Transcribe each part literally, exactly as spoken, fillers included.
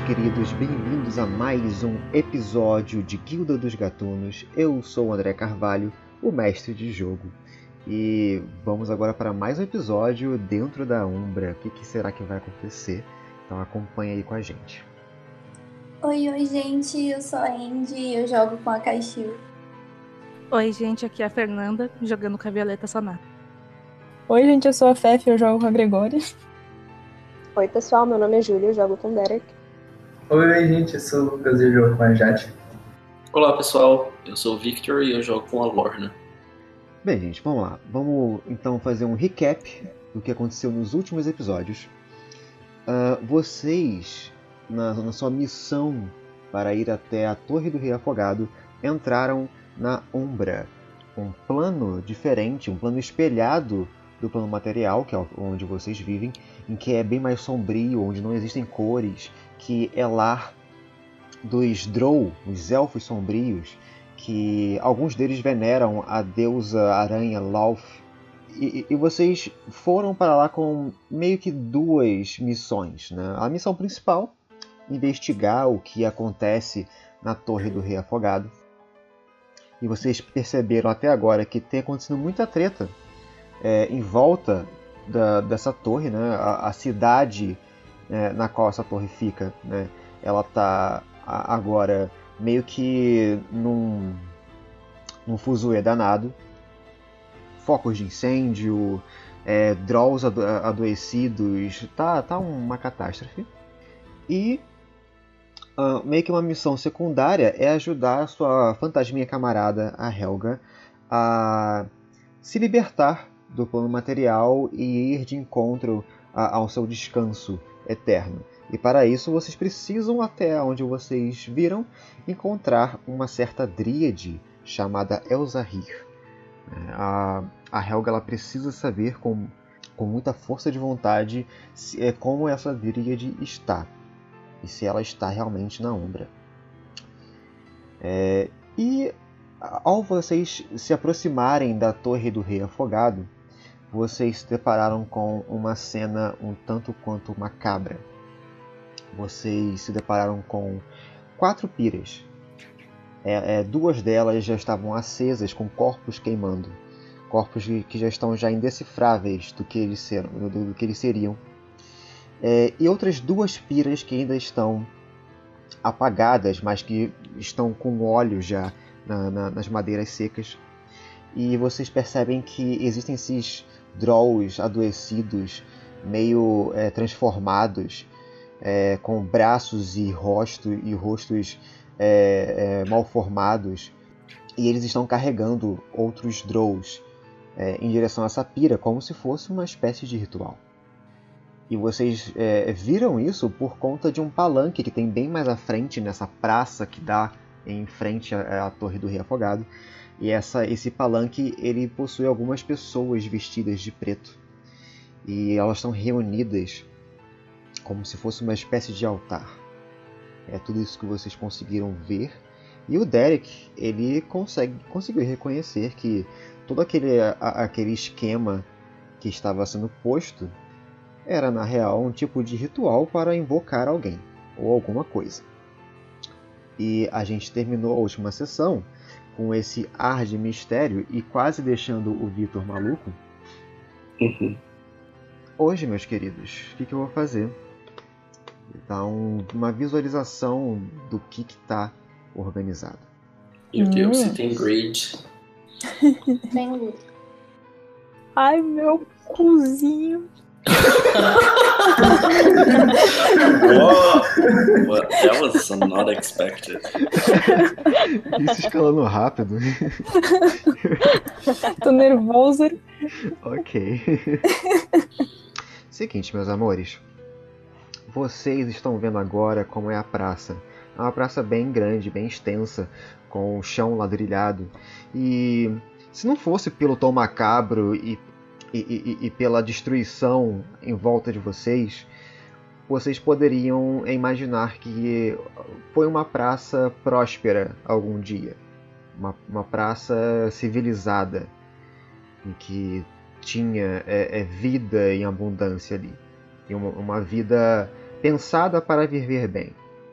queridos, bem-vindos a mais um episódio de Guilda dos Gatunos. Eu sou o André Carvalho, o mestre de jogo, e vamos agora para mais um episódio dentro da Umbra. O que, que será que vai acontecer? Então acompanha aí com a gente. Oi, oi gente, eu sou a Andy e eu jogo com a Caixil. Oi gente, aqui é a Fernanda, jogando com a Violeta Sonata. Oi gente, eu sou a Fef e eu jogo com a Gregória. Oi pessoal, meu nome é Júlia, eu jogo com o Derek. Oi, oi gente, eu sou o Lucas e eu jogo com a Jade. Olá pessoal, eu sou o Victor e eu jogo com a Lorna. Bem gente, vamos lá. Vamos então fazer um recap do que aconteceu nos últimos episódios. Uh, vocês, na, na sua missão para ir até a Torre do Rei Afogado, entraram na Umbra. Um plano diferente, um plano espelhado do plano material, que é onde vocês vivem, em que é bem mais sombrio, onde não existem cores, que é lar dos Drow, os Elfos Sombrios, que alguns deles veneram a deusa aranha Lolth. E, e vocês foram para lá com meio que duas missões, né? A missão principal, investigar o que acontece na Torre do Rei Afogado. E vocês perceberam até agora que tem acontecido muita treta é, em volta da, dessa torre, né? A, a cidade é, na qual essa torre fica, né? Ela está agora meio que num, num fuzuê danado. Focos de incêndio, é, Drolls ado adoecidos, tá, tá uma catástrofe. E uh, meio que uma missão secundária é ajudar a sua fantasminha camarada, a Helga, a se libertar do plano material e ir de encontro a, ao seu descanso eterno. E para isso vocês precisam, até onde vocês viram, encontrar uma certa dríade chamada Elzahir. A, a Helga ela precisa saber com, com muita força de vontade se, é, como essa dríade está. E se ela está realmente na Umbra. É, e ao vocês se aproximarem da Torre do Rei Afogado, vocês se depararam com uma cena um tanto quanto macabra. Vocês se depararam com quatro piras. É, é, duas delas já estavam acesas, com corpos queimando. Corpos que, que já estão já indecifráveis do que eles, ser, do, do que eles seriam. É, e outras duas piras que ainda estão apagadas, mas que estão com óleo já na, na, nas madeiras secas. E vocês percebem que existem esses Drolls adoecidos, meio é, transformados, é, com braços e, rosto, e rostos é, é, mal formados. E eles estão carregando outros Drolls é, em direção a essa pira, como se fosse uma espécie de ritual. E vocês é, viram isso por conta de um palanque que tem bem mais à frente, nessa praça que dá em frente à, à Torre do Rei Afogado. E essa, esse palanque ele possui algumas pessoas vestidas de preto. E elas estão reunidas como se fosse uma espécie de altar. É tudo isso que vocês conseguiram ver. E o Derek ele consegue, conseguiu reconhecer que todo aquele, a, aquele esquema que estava sendo posto era, na real, um tipo de ritual para invocar alguém ou alguma coisa. E a gente terminou a última sessão com esse ar de mistério e quase deixando o Victor maluco. Uhum. Hoje, meus queridos, o que, que eu vou fazer? Dar um, uma visualização do que está organizado. Meu Hum. Deus, se tem grade. Tem luta. Ai, meu cozinho. Whoa! Well, that was not expected. Isso escalando rápido. Tô nervosa. Ok. Seguinte, meus amores. Vocês estão vendo agora como é a praça. É uma praça bem grande, bem extensa, com o chão ladrilhado. E se não fosse pelo tom macabro e, e, e, e pela destruição em volta de vocês, vocês poderiam imaginar que foi uma praça próspera algum dia. Uma, uma praça civilizada, em que tinha é, é, vida em abundância ali. E uma, uma vida pensada para viver bem.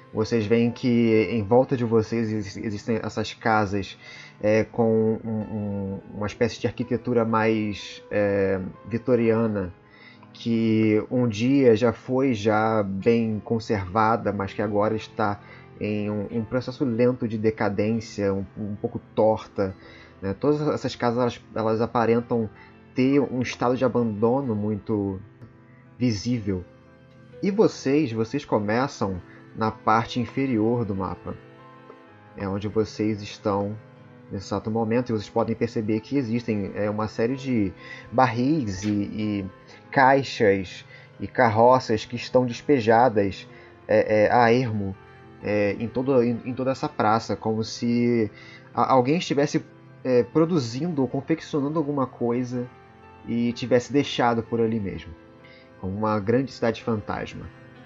Vocês veem que em volta de vocês existem essas casas é, com um, um, uma espécie de arquitetura mais é, vitoriana, que um dia já foi já bem conservada, mas que agora está em um, um processo lento de decadência, um, um pouco torta. Né? Todas essas casas elas, elas aparentam ter um estado de abandono muito visível. E vocês, vocês começam na parte inferior do mapa. É onde vocês estão nesse exato momento, e vocês podem perceber que existem é, uma série de barris e, e caixas e carroças que estão despejadas é, é, a ermo é, em, todo, em, em toda essa praça, como se a, alguém estivesse é, produzindo ou confeccionando alguma coisa e tivesse deixado por ali mesmo. Uma grande cidade fantasma.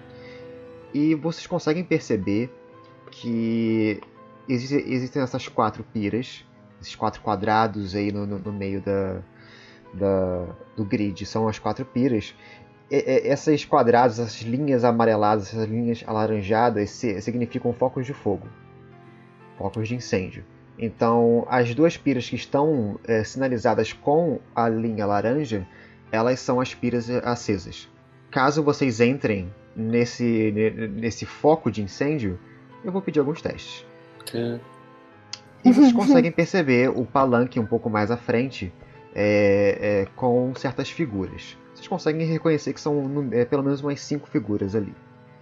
E vocês conseguem perceber que existe, existem essas quatro piras, esses quatro quadrados aí no, no, no meio da, da, do grid, são as quatro piras. E, e, esses quadrados, essas linhas amareladas, essas linhas alaranjadas se, significam focos de fogo, focos de incêndio. Então, as duas piras que estão é, sinalizadas com a linha laranja, elas são as piras acesas. Caso vocês entrem nesse, nesse foco de incêndio, eu vou pedir alguns testes. Okay. E vocês conseguem perceber o palanque um pouco mais à frente é, é, com certas figuras. Vocês conseguem reconhecer que são é, pelo menos umas cinco figuras ali.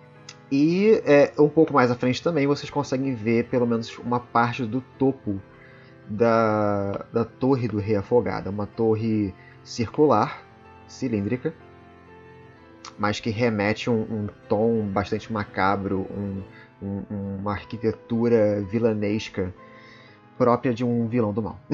E é, um pouco mais à frente também vocês conseguem ver pelo menos uma parte do topo da, da torre do Rei Afogado. Uma torre circular, cilíndrica, mas que remete um, um tom bastante macabro, um, um, uma arquitetura vilanesca própria de um vilão do mal.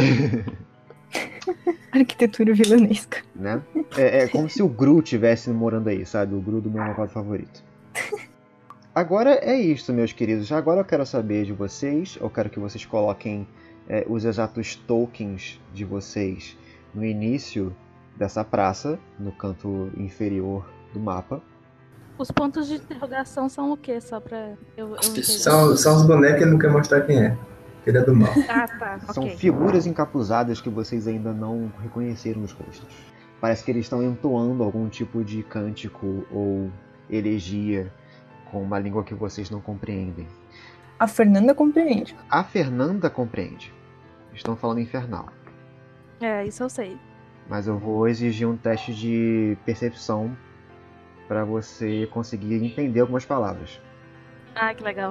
Arquitetura vilanesca. Né? É, é como se o Gru estivesse morando aí, sabe? O Gru do meu malvado favorito. Agora é isso, meus queridos. Agora eu quero saber de vocês. Eu quero que vocês coloquem é, os exatos tokens de vocês no início dessa praça, no canto inferior do mapa. Os pontos de interrogação são o quê? Só pra eu, eu entender. São, são os bonecos que ele não quer mostrar quem é. Ele é do mal. Ah, tá. São Okay. figuras encapuzadas que vocês ainda não reconheceram os rostos. Parece que eles estão entoando algum tipo de cântico ou elegia com uma língua que vocês não compreendem. A Fernanda compreende. A Fernanda compreende. Estão falando infernal. É, isso eu sei. Mas eu vou exigir um teste de percepção para você conseguir entender algumas palavras. Ah, que legal.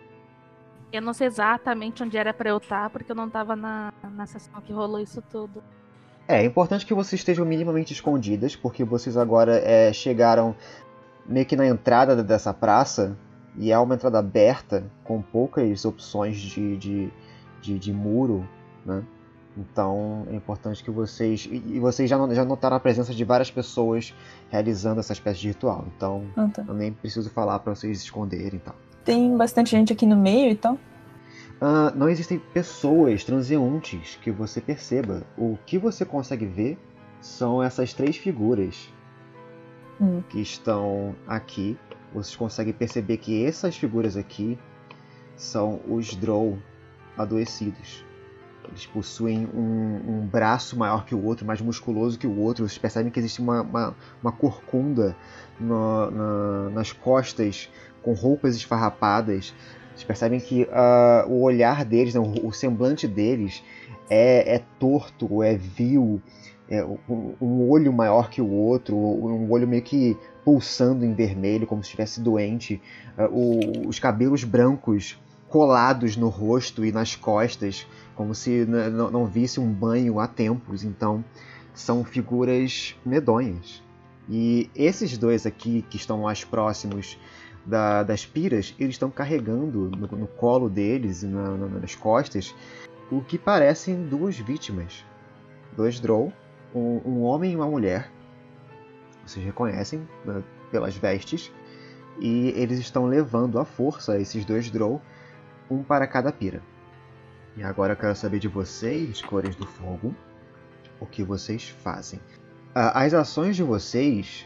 Eu não sei exatamente onde era pra eu estar, porque eu não tava na, na sessão que rolou isso tudo. É, é importante que vocês estejam minimamente escondidas, porque vocês agora é, chegaram meio que na entrada dessa praça, e é uma entrada aberta, com poucas opções de, de, de, de muro, né? Então é importante que vocês... E vocês já, já notaram a presença de várias pessoas realizando essa espécie de ritual. Então Ah, tá. eu nem preciso falar para vocês se esconderem e tal. Tem bastante gente aqui no meio e tal. Uh, não existem pessoas transeuntes que você perceba. O que você consegue ver são essas três figuras Hum. que estão aqui. Vocês conseguem perceber que essas figuras aqui são os Drow adoecidos. Eles possuem um, um braço maior que o outro, mais musculoso que o outro. Vocês percebem que existe uma, uma, uma corcunda no, na, nas costas, com roupas esfarrapadas. Vocês percebem que uh, o olhar deles, né, o, o semblante deles é, é torto, é vil, é um, um olho maior que o outro, um olho meio que pulsando em vermelho, como se estivesse doente. Uh, o, os cabelos brancos colados no rosto e nas costas, como se não, não visse um banho há tempos. Então, são figuras medonhas. E esses dois aqui, que estão mais próximos da, das piras, eles estão carregando no, no colo deles, na, na, nas costas, o que parecem duas vítimas. Dois Drow, um, um homem e uma mulher. Vocês reconhecem, né, pelas vestes. E eles estão levando à força esses dois Drow, um para cada pira. E agora eu quero saber de vocês, Cores do Fogo, o que vocês fazem. As ações de vocês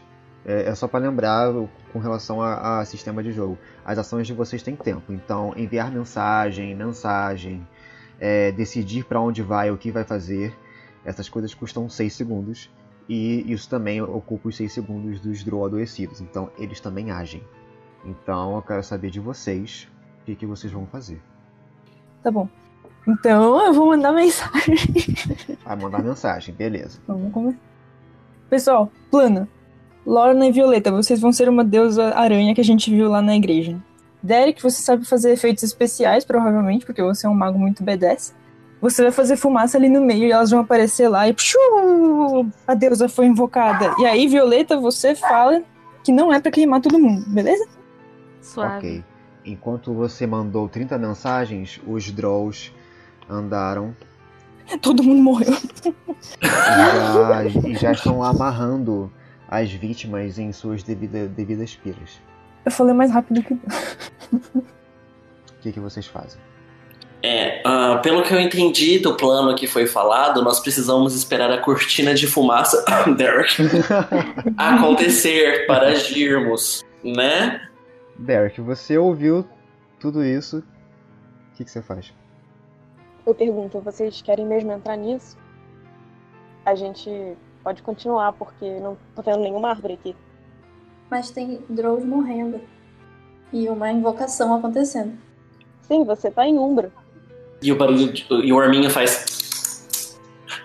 É, é só para lembrar com relação a, a sistema de jogo. As ações de vocês têm tempo. Então, enviar mensagem, mensagem, é, decidir para onde vai, o que vai fazer, essas coisas custam seis segundos. E isso também ocupa os seis segundos dos Drow adoecidos. Então, eles também agem. Então, eu quero saber de vocês o que, que vocês vão fazer. Tá bom. Então, eu vou mandar mensagem. Ah, mandar mensagem, beleza. Vamos começar. Pessoal, plano. Lorna e Violeta, vocês vão ser uma deusa aranha que a gente viu lá na igreja. Derek, você sabe fazer efeitos especiais, provavelmente, porque você é um mago muito B dez. Você vai fazer fumaça ali no meio e elas vão aparecer lá e... Pshu, a deusa foi invocada. E aí, Violeta, você fala que não é pra queimar todo mundo, beleza? Suave. Ok. Enquanto você mandou trinta mensagens, os Drows andaram Todo mundo morreu. e já, e já estão amarrando as vítimas em suas devida, devidas piras. Eu falei mais rápido que... O que, que vocês fazem? É, uh, pelo que eu entendi do plano que foi falado, nós precisamos esperar a cortina de fumaça, Derek, acontecer para agirmos, né? Derek, você ouviu tudo isso. O que, que você faz? Eu pergunto, vocês querem mesmo entrar nisso? A gente pode continuar, porque não tô vendo nenhuma árvore aqui. Mas tem Drows morrendo. E uma invocação acontecendo. Sim, você tá em Umbra. E o barulho, de- e o Arminho faz...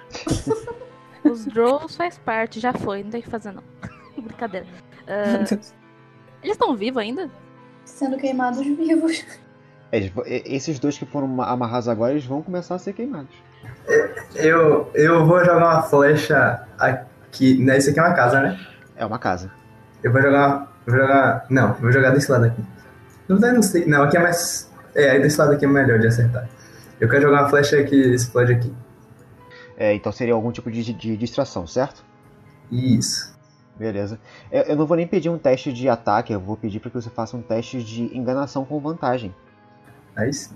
Os Drows faz parte, já foi, não tem o que fazer não. Brincadeira. Ah, Meu Deus. eles estão vivos ainda? Sendo queimados vivos. Eles- esses dois que foram amarrados agora, eles vão começar a ser queimados. Eu, eu vou jogar uma flecha aqui. Né, isso aqui é uma casa, né? É uma casa. Eu vou jogar uma. Vou jogar. Não, eu vou jogar desse lado aqui. Não, não sei. Não, aqui é mais. É, desse lado aqui é melhor de acertar. Eu quero jogar uma flecha que explode aqui. É, então seria algum tipo de, de distração, certo? Isso. Beleza. Eu, eu não vou nem pedir um teste de ataque, eu vou pedir para que você faça um teste de enganação com vantagem. Aí sim.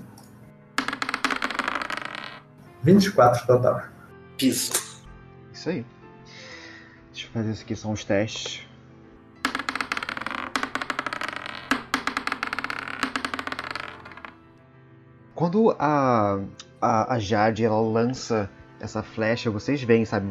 vinte e quatro total. Piso. Isso aí. Deixa eu fazer isso aqui, são os testes. Quando a, a, a Jade ela lança essa flecha, vocês veem, sabe,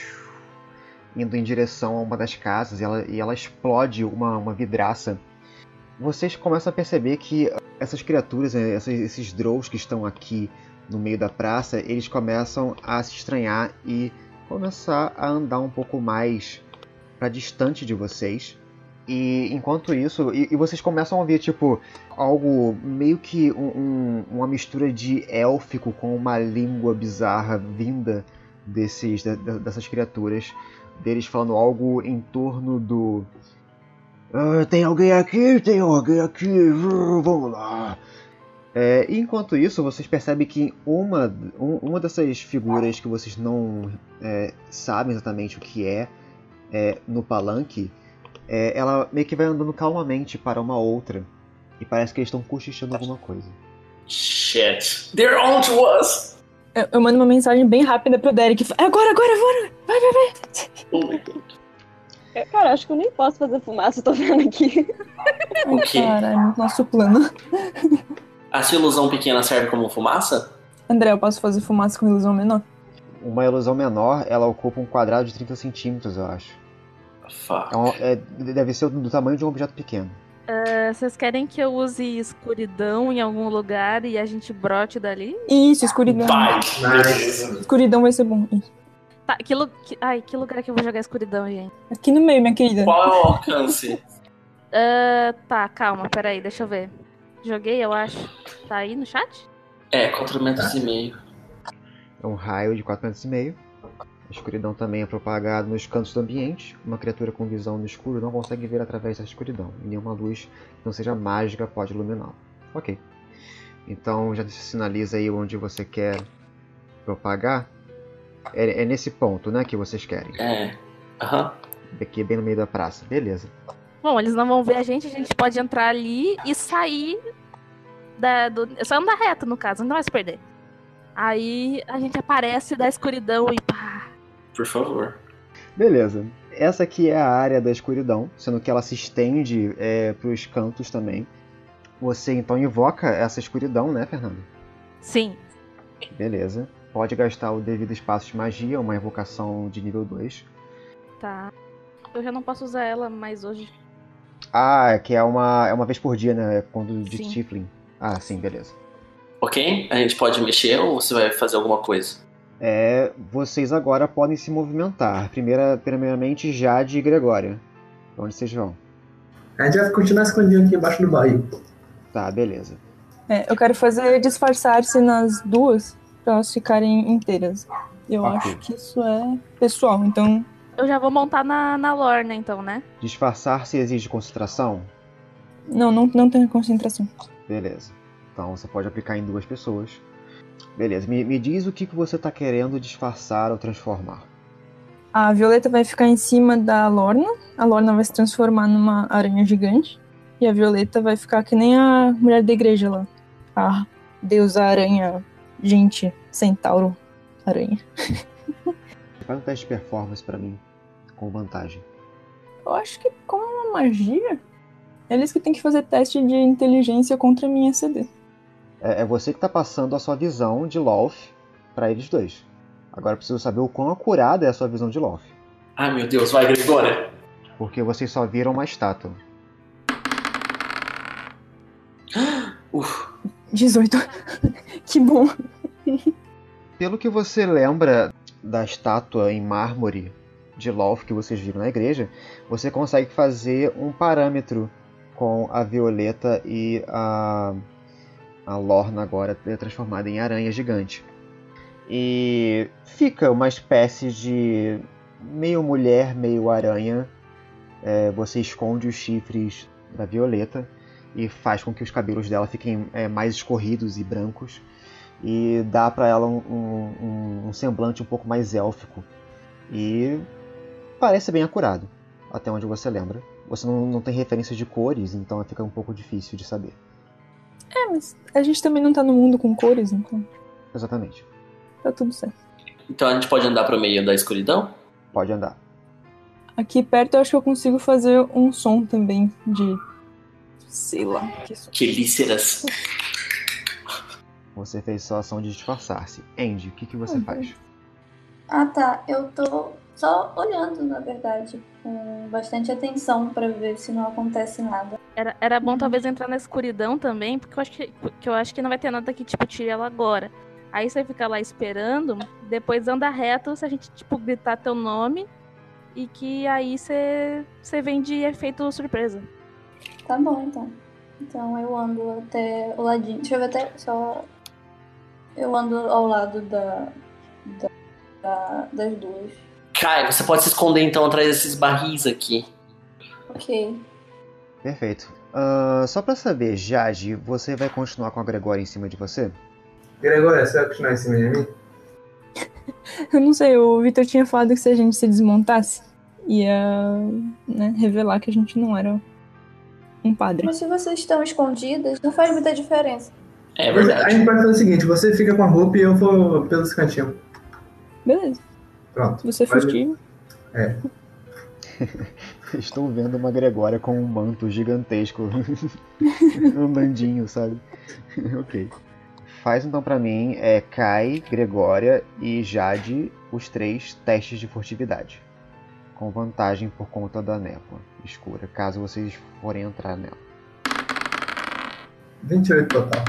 indo em direção a uma das casas e ela, e ela explode uma, uma vidraça. Vocês começam a perceber que essas criaturas, né, esses, esses Drows que estão aqui no meio da praça, eles começam a se estranhar e começar a andar um pouco mais para distante de vocês. E enquanto isso, e, e vocês começam a ver tipo algo meio que um, um, uma mistura de élfico com uma língua bizarra vinda desses, de, dessas criaturas, deles falando algo em torno do ah, tem alguém aqui, tem alguém aqui, uh, vamos lá. É, e enquanto isso, vocês percebem que uma, um, uma dessas figuras que vocês não é, sabem exatamente o que é, é no palanque, é, ela meio que vai andando calmamente para uma outra. E parece que eles estão cochichando alguma coisa. Shit. They're on to us! Eu, eu mando uma mensagem bem rápida pro Derek. Agora, agora, agora! Vai, vai, vai! Oh my god. Eu, cara, acho que eu nem posso fazer fumaça, tô vendo aqui. O quê? Caralho, nosso plano. A sua ilusão pequena serve como fumaça? André, eu posso fazer fumaça com ilusão menor? Uma ilusão menor, ela ocupa um quadrado de trinta centímetros, eu acho. Fuck. É um- é- deve ser do tamanho de um objeto pequeno. Ah, vocês querem que eu use escuridão em algum lugar e a gente brote dali? Isso, escuridão. Vai! Nice. Escuridão vai ser bom. Isso. Tá, que, lu- que- ai, que lugar que eu vou jogar escuridão, gente? Aqui no meio, minha querida. Qual é o alcance? Ah, tá, calma, peraí, deixa eu ver. Joguei, eu acho. Tá aí no chat? É, quatro metros e meio. É um raio de quatro metros e meio. A escuridão também é propagada nos cantos do ambiente. Uma criatura com visão no escuro não consegue ver através da escuridão. E nenhuma luz que não seja mágica pode iluminá-lo. Ok. Então já se sinaliza aí onde você quer propagar. É, é nesse ponto, né, que vocês querem. É. Aham. Aqui bem no meio da praça. Beleza. Bom, eles não vão ver a gente, a gente pode entrar ali e sair da, do... É só andar reto, no caso, não vai se perder. Aí a gente aparece da escuridão e pá. Por favor. Beleza. essa aqui é a área da escuridão, sendo que ela se estende é, para os cantos também. Você então invoca essa escuridão, né, Fernando? Sim. Beleza. Pode gastar o devido espaço de magia, uma invocação de nível dois. Tá. Eu já não posso usar ela mais hoje. Ah, que é uma, é uma vez por dia, né? Quando de Sim. Tiflin. Ah, sim, beleza. Ok? A gente pode mexer ou você vai fazer alguma coisa? É, vocês agora podem se movimentar. Primeira, primeiramente, Jade e Gregória. Pra onde vocês vão? A gente vai continuar escondido aqui embaixo do barril. Tá, beleza. É, eu quero fazer disfarçar-se nas duas pra elas ficarem inteiras. Eu Ok. acho que isso é pessoal, então. Eu já vou montar na, na Lorna, então, né? Disfarçar-se exige concentração? Não, não, não tem concentração. Beleza. Então você pode aplicar em duas pessoas. Beleza. Me, me diz o que, que você tá querendo disfarçar ou transformar. A Violeta vai ficar em cima da Lorna. A Lorna vai se transformar numa aranha gigante. E a Violeta vai ficar que nem a mulher da igreja lá. A deusa aranha, gente, centauro, aranha. Faz um teste de performance pra mim, com vantagem. Eu acho que como é uma magia, eles que têm que fazer teste de inteligência contra a minha C D. É, é você que tá passando a sua visão de Loth pra eles dois. Agora eu preciso saber o quão acurada é a sua visão de Loth. Ai meu Deus, vai Gregória! Porque vocês só viram uma estátua. Uf. dezoito. Que bom. Pelo que você lembra da estátua em mármore de Loth que vocês viram na igreja, você consegue fazer um parâmetro com a Violeta e a, a Lorna agora transformada em aranha gigante. E fica uma espécie de meio mulher, meio aranha. É, você esconde os chifres da Violeta e faz com que os cabelos dela fiquem é, mais escorridos e brancos. E dá pra ela um, um, um semblante um pouco mais élfico. E parece bem acurado, até onde você lembra. Você não, não tem referência de cores, então fica um pouco difícil de saber. É, mas a gente também não tá no mundo com cores, então Exatamente. tá tudo certo. Então a gente pode andar pro meio da escuridão? Pode andar. Aqui perto eu acho que eu consigo fazer um som também de... sei lá, que som. Quelíceras. Você fez sua ação de disfarçar-se. Andy, o que, que você Uhum. faz? Ah, tá. Eu tô só olhando, na verdade, com bastante atenção pra ver se não acontece nada. Era, era bom talvez entrar na escuridão também, porque eu acho que, que eu acho que não vai ter nada que, tipo, tire ela agora. Aí você fica lá esperando, depois anda reto se a gente, tipo, gritar teu nome e que aí você, você vem de efeito surpresa. Tá bom, então. Então eu ando até o ladinho. Deixa eu ver até só. Eu ando ao lado da, da, da- das duas. Kai, você pode se esconder então atrás desses barris aqui. Ok. Perfeito. Ah, só pra saber, Jade, você vai continuar com a Gregória em cima de você? Gregória, você vai continuar em cima de mim? Eu não sei, o Victor tinha falado que se a gente se desmontasse, ia, né, revelar que a gente não era um padre. Mas se vocês estão escondidas, não faz muita diferença. É A verdade. gente pode fazer o seguinte, você fica com a roupa e eu vou pelos cantinhos. Beleza, Pronto. se você é Vai- furtivo. Estou vendo uma Gregória com um manto gigantesco andandinho, sabe? Ok. Faz então pra mim é Kai, Gregória e Jade os três testes de furtividade. Com vantagem por conta da névoa escura, caso vocês forem entrar nela. vinte e oito total.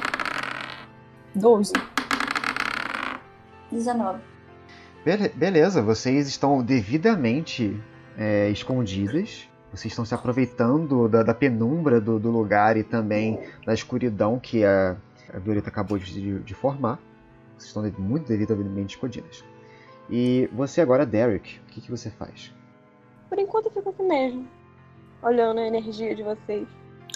doze. dezenove. Bele- beleza, vocês estão devidamente é, escondidas. Vocês estão se aproveitando da, da penumbra do, do lugar e também da escuridão que a, a Violeta acabou de, de- de formar. Vocês estão de- muito devidamente escondidas. E você agora, Derek, o que, que você faz? Por enquanto eu fico aqui mesmo. Olhando a energia de vocês.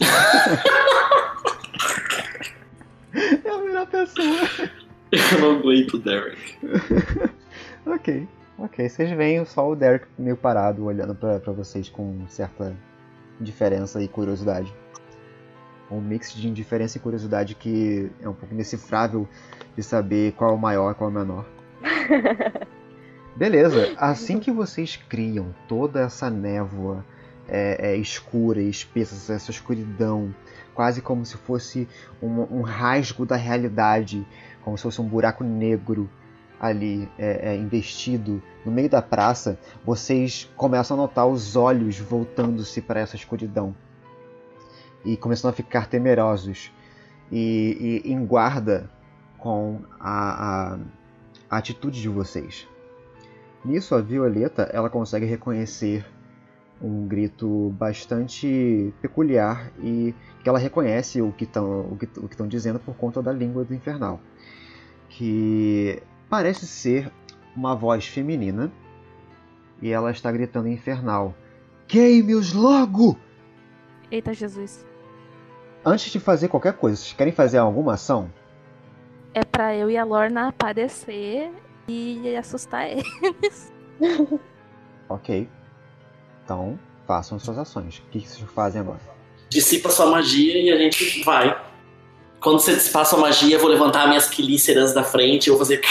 É a melhor pessoa. Eu não aguento, Derek. Ok, ok. Vocês veem só o Derek meio parado, olhando pra, pra vocês com certa indiferença e curiosidade. Um mix de indiferença e curiosidade que é um pouco indecifrável de saber qual é o maior e qual é o menor. Beleza, assim que vocês criam toda essa névoa é, é, escura e espessa, essa escuridão, quase como se fosse um, um rasgo da realidade, como se fosse um buraco negro ali é, é, investido no meio da praça, vocês começam a notar os olhos voltando-se para essa escuridão e começam a ficar temerosos e, e em guarda com a, a, a atitude de vocês. Nisso, a Violeta ela consegue reconhecer um grito bastante peculiar e que ela reconhece o que estão o que, o que estão dizendo por conta da língua do infernal, que parece ser uma voz feminina e ela está gritando em infernal: queime-os logo! Eita Jesus. Antes de fazer qualquer coisa, vocês querem fazer alguma ação? É pra eu e a Lorna aparecer e assustar eles. Ok. Então, façam suas ações. O que vocês fazem agora? Dissipa sua magia e a gente vai. Quando você dissipar sua magia, eu vou levantar minhas quelíceras da frente e eu vou fazer...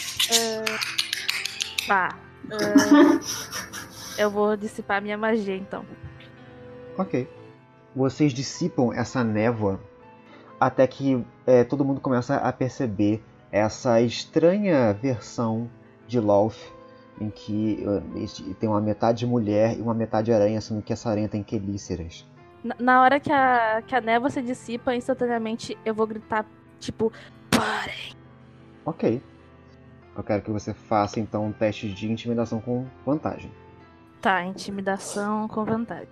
Uh, tá. Uh, eu vou dissipar minha magia, então. Ok. Vocês dissipam essa névoa até que é, todo mundo começa a perceber essa estranha versão de Lolth, em que uh, tem uma metade mulher e uma metade aranha, sendo que essa aranha tem quelíceras. Na, na hora que a, que a névoa se dissipa, instantaneamente eu vou gritar, tipo, parem. Ok. Eu quero que você faça então um teste de intimidação com vantagem. Tá, intimidação com vantagem.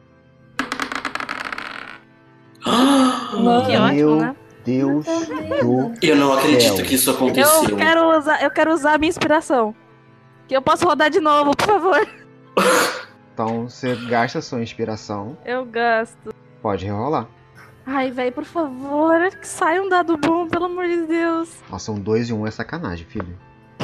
Mano. Que ótimo, Meu né? Deus do Eu não acredito céu. que isso aconteceu. Eu quero usar, eu quero usar a minha inspiração. Que eu posso rodar de novo, por favor. Então você gasta a sua inspiração. Eu gasto. Pode rerolar. Ai, velho, por favor, que saia um dado bom, pelo amor de Deus. Nossa, um dois e um é sacanagem, filho.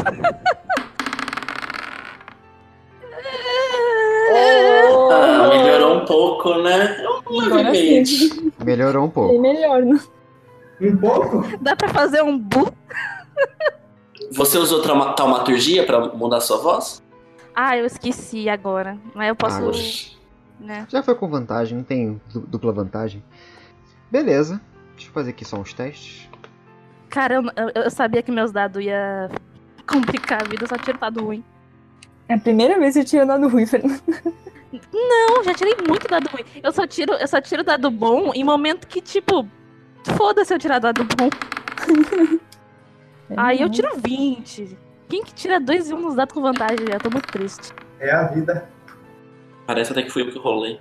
Ah, melhorou um pouco, né? Agora sim. Melhorou um Bem pouco. melhor, né? Um pouco? Dá pra fazer um bu? Você usou trauma- taumaturgia pra mudar sua voz? Ah, eu esqueci agora. Mas eu posso, Ah, Poxa. né? Já foi com vantagem, não tem du- dupla vantagem. Beleza. Deixa eu fazer aqui só uns testes. Cara, eu, eu- eu sabia que meus dados ia complicar a vida, eu só tiro dado ruim. É a primeira vez que eu tiro dado ruim, Fernanda. Não, já tirei muito dado ruim. Eu só tiro, eu só tiro dado bom em momento que, tipo, foda-se eu tirar dado bom. Aí eu tiro vinte. Quem que tira dois e um nos dados com vantagem? Eu tô muito triste. É a vida. Parece até que fui eu que rolei.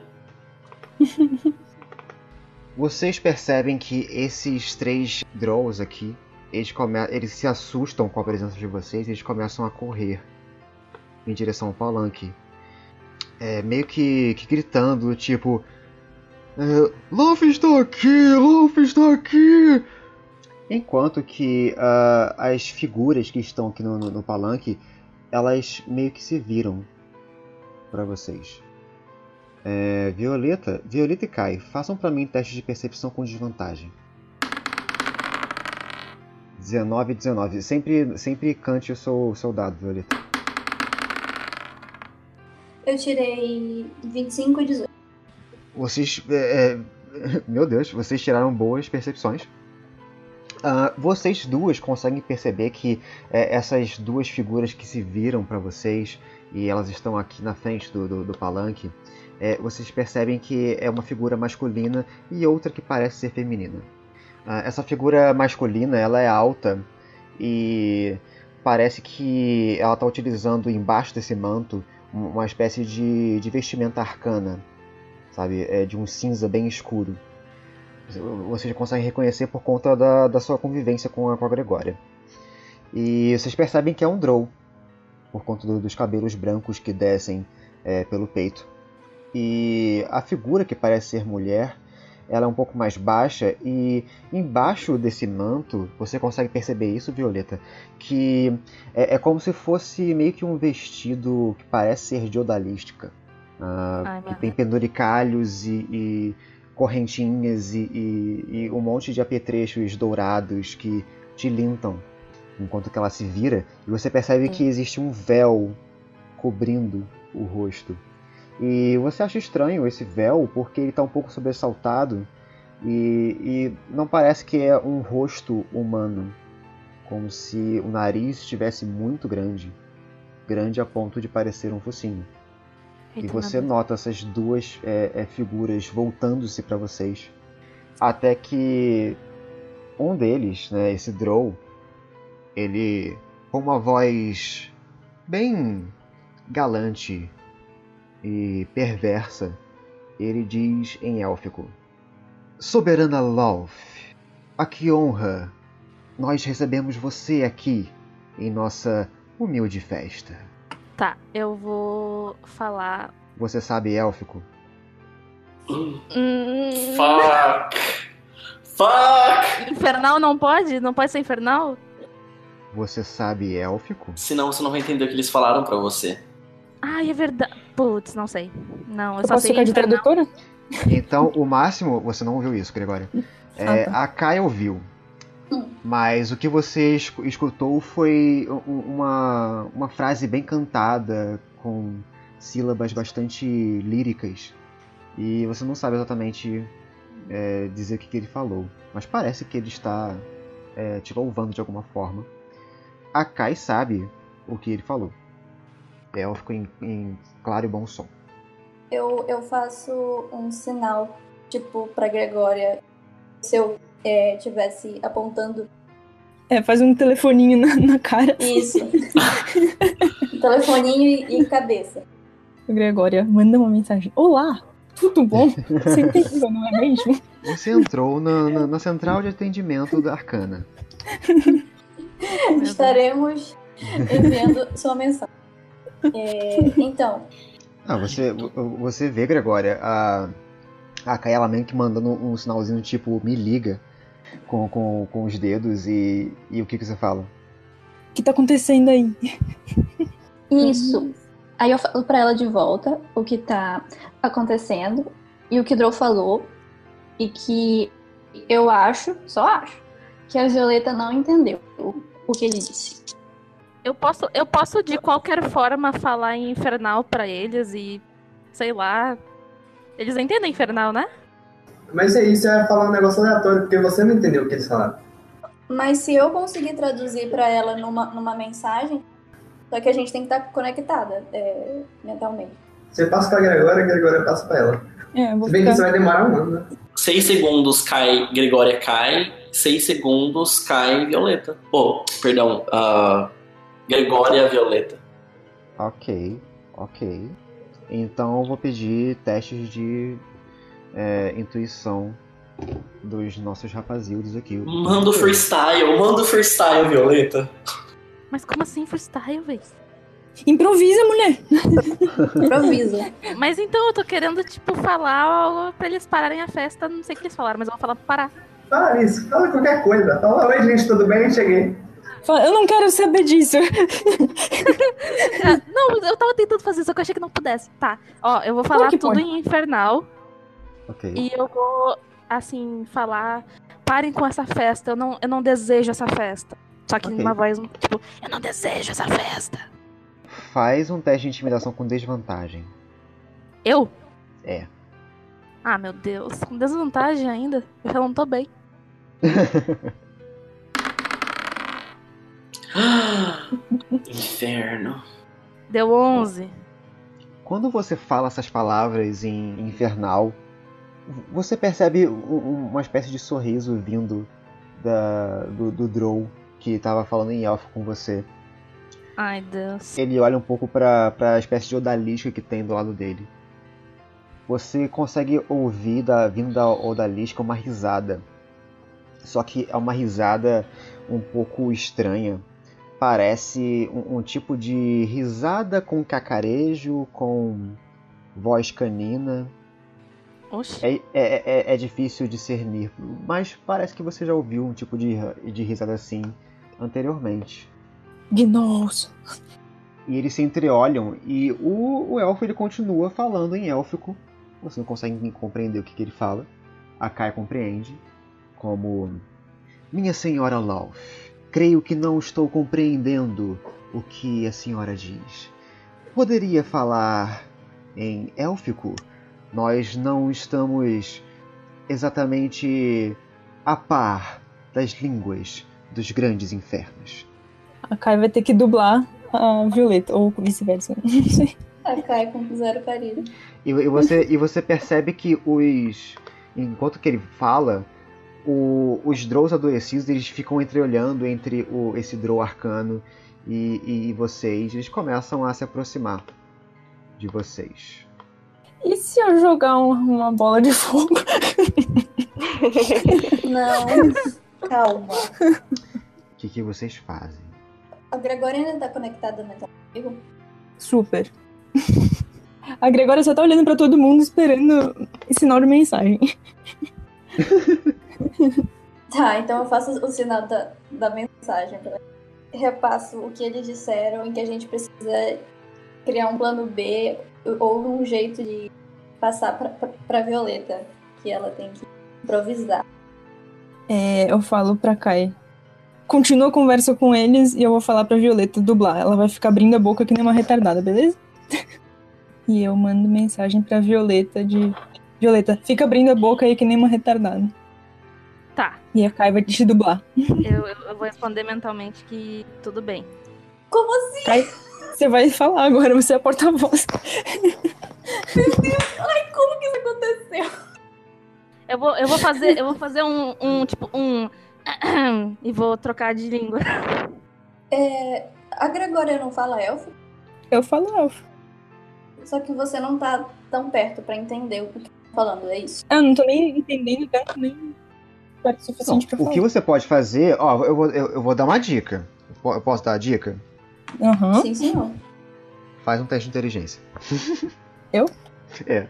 Vocês percebem que esses três Drolls aqui, eles, come... eles se assustam com a presença de vocês e eles começam a correr em direção ao palanque. É, meio que, que gritando, tipo... É, Lolth está aqui! Lolth está aqui! Enquanto que uh, as figuras que estão aqui no, no, no palanque, elas meio que se viram para vocês. É, Violeta, Violeta e Kai, façam para mim teste de percepção com desvantagem. dezenove, dezenove. Sempre, sempre cante o seu, o seu dado, Violeta. Eu tirei vinte e cinco e dezoito. Vocês... É, é, meu Deus, vocês tiraram boas percepções. Uh, vocês duas conseguem perceber que é, essas duas figuras que se viram para vocês e elas estão aqui na frente do, do, do palanque, é, vocês percebem que é uma figura masculina e outra que parece ser feminina. Uh, essa figura masculina, ela é alta e parece que ela está utilizando embaixo desse manto uma espécie de, de vestimenta arcana, sabe, é, de um cinza bem escuro. Vocês conseguem reconhecer por conta da, da sua convivência com a, com a Gregória. E vocês percebem que é um Drow, por conta do, dos cabelos brancos que descem é, pelo peito. E a figura, que parece ser mulher, ela é um pouco mais baixa e embaixo desse manto, você consegue perceber isso, Violeta, que é, é como se fosse meio que um vestido que parece ser de odalística. Uh, Ai, que tem penduricalhos e... e correntinhas e, e, e um monte de apetrechos dourados que tilintam enquanto que ela se vira, e você percebe Sim. que existe um véu cobrindo o rosto. E você acha estranho esse véu porque ele está um pouco sobressaltado e, e não parece que é um rosto humano, como se o nariz estivesse muito grande, grande a ponto de parecer um focinho. Eita, E você nada. nota essas duas é, é, figuras voltando-se para vocês, até que um deles, né, esse Drow, ele, com uma voz bem galante e perversa, ele diz em élfico: Soberana Lolth, a que honra nós recebemos você aqui em nossa humilde festa. Tá, eu vou falar. Você sabe élfico? Hum, Fuck! Fuck! Infernal não pode? Não pode ser infernal? Você sabe élfico? Senão você não vai entender o que eles falaram pra você. Ai, é verdade. Putz, não sei. Não, eu, Eu só posso sei ficar de infernal. tradutora? Então, o máximo... Você não ouviu isso, Gregória. É, Ah, tá. A Kai ouviu. Mas o que você escu- escutou foi u- uma, uma frase bem cantada, com sílabas bastante líricas. E você não sabe exatamente é, dizer o que, que ele falou. Mas parece que ele está é, te louvando de alguma forma. A Kai sabe o que ele falou. Élfico em, em claro e bom som. Eu, eu faço um sinal, tipo, pra Gregória. Se eu é, tivesse apontando É, faz um telefoninho na, na cara. isso. Telefoninho e, e cabeça. Gregória, manda uma mensagem. Olá, tudo bom? Você entendeu, não é mesmo? Você entrou na, na, na central de atendimento da Arcana. Estaremos enviando sua mensagem. É, então, Ah, você, você vê, Gregória, a, a Kai, ela meio que mandando um sinalzinho tipo, me liga, com, com, com os dedos e, e o que, que você fala? O que tá acontecendo aí? isso. Aí eu falo pra ela de volta o que tá acontecendo e o que Drow falou. E que eu acho, só acho, que a Violeta não entendeu o, o que ele disse. Eu posso, eu posso de qualquer forma falar em infernal pra eles e. Sei lá. Eles entendem infernal, né? Mas é isso, é falar um negócio aleatório, porque você não entendeu o que eles falaram. Mas se eu conseguir traduzir pra ela numa, numa mensagem, só que a gente tem que estar conectada é, mentalmente. Você passa pra Gregória, a Gregória passa pra ela. É, eu vou Se bem que isso ficar... vai demorar um ano, né? Seis segundos cai Gregória cai. Seis segundos cai Violeta. Oh, perdão. Uh, Gregória Violeta. Ok, ok. Então eu vou pedir testes de é, intuição dos nossos rapazildos aqui. Manda o freestyle, manda o freestyle, Violeta. Mas como assim freestyle, véi? Improvisa, mulher! Improvisa. Mas então eu tô querendo, tipo, falar algo pra eles pararem a festa. Não sei o que eles falaram, mas eu vou falar pra parar. Fala isso, fala qualquer coisa. Fala, oi gente, tudo bem? Cheguei. Fala, eu não quero saber disso. Ah, não, eu tava tentando fazer, só que eu achei que não pudesse. Tá, ó, eu vou falar Claro que tudo pode. em infernal. Ok. E eu vou, assim, falar... Parem com essa festa, eu não, eu não desejo essa festa. Só que Ok. numa voz, tipo... Eu não desejo essa festa. Faz um teste de intimidação com desvantagem. Eu? É. Ah, meu Deus. Com desvantagem ainda? Eu já não tô bem. Inferno. Deu onze. Quando você fala essas palavras em infernal, você percebe u- u- uma espécie de sorriso vindo da, do, do Drow, que estava falando em elfo com você. Ai, Deus. Ele olha um pouco para a espécie de odalisca que tem do lado dele. Você consegue ouvir da, vindo da odalisca uma risada. Só que é uma risada um pouco estranha. Parece um, um tipo de risada com cacarejo, com voz canina. Oxi. É, é, é, é difícil discernir, mas parece que você já ouviu um tipo de, de risada assim anteriormente. Gnolls. E eles se entreolham e o, o elfo ele continua falando em élfico. Você não consegue compreender o que, que ele fala. A Kai compreende como: Minha senhora Lolth, creio que não estou compreendendo o que a senhora diz. poderia falar em élfico. Nós não estamos exatamente a par das línguas dos grandes infernos. A Kai vai ter que dublar a Violeta, ou vice-versa, não sei. A Kai com zero carisma. E, e, você, e você percebe que os... Enquanto que ele fala, o, os Drows adoecidos, eles ficam entreolhando entre o, esse Drow arcano e, e vocês. Eles começam a se aproximar de vocês. E se eu jogar um- uma bola de fogo? Não, calma. O que, que vocês fazem? A Gregória ainda tá conectada mentalmente comigo? Super. A Gregória só tá olhando pra todo mundo esperando sinal de mensagem. Tá, então eu faço o sinal da, da mensagem. Pra... Repasso o que eles disseram e que a gente precisa criar um plano B ou um jeito de passar pra, pra, pra Violeta, que ela tem que improvisar. É, eu falo pra Kai. Continua a conversa com eles e eu vou falar pra Violeta dublar. Ela vai ficar abrindo a boca que nem uma retardada, beleza? E eu mando mensagem pra Violeta de... Violeta, fica abrindo a boca aí que nem uma retardada. Tá, E a Kai vai te dublar. eu, eu, eu vou responder mentalmente que tudo bem. Como assim? Kai, você vai falar agora, você é a porta-voz. Ai, como que isso aconteceu? Eu vou, eu vou fazer, eu vou fazer um, um tipo, um... e vou trocar de língua. É, a Gregória não fala elfo, Eu falo elfo. só que você não tá tão perto pra entender o que tá falando, é isso? Eu não tô nem entendendo tanto, nem perto o Não, suficiente pra o falar. que você pode fazer... Ó, eu vou, eu, eu vou dar uma dica. Eu po- Eu posso dar a dica? Aham. Sim, senhor. Faz um teste de inteligência. Eu? É.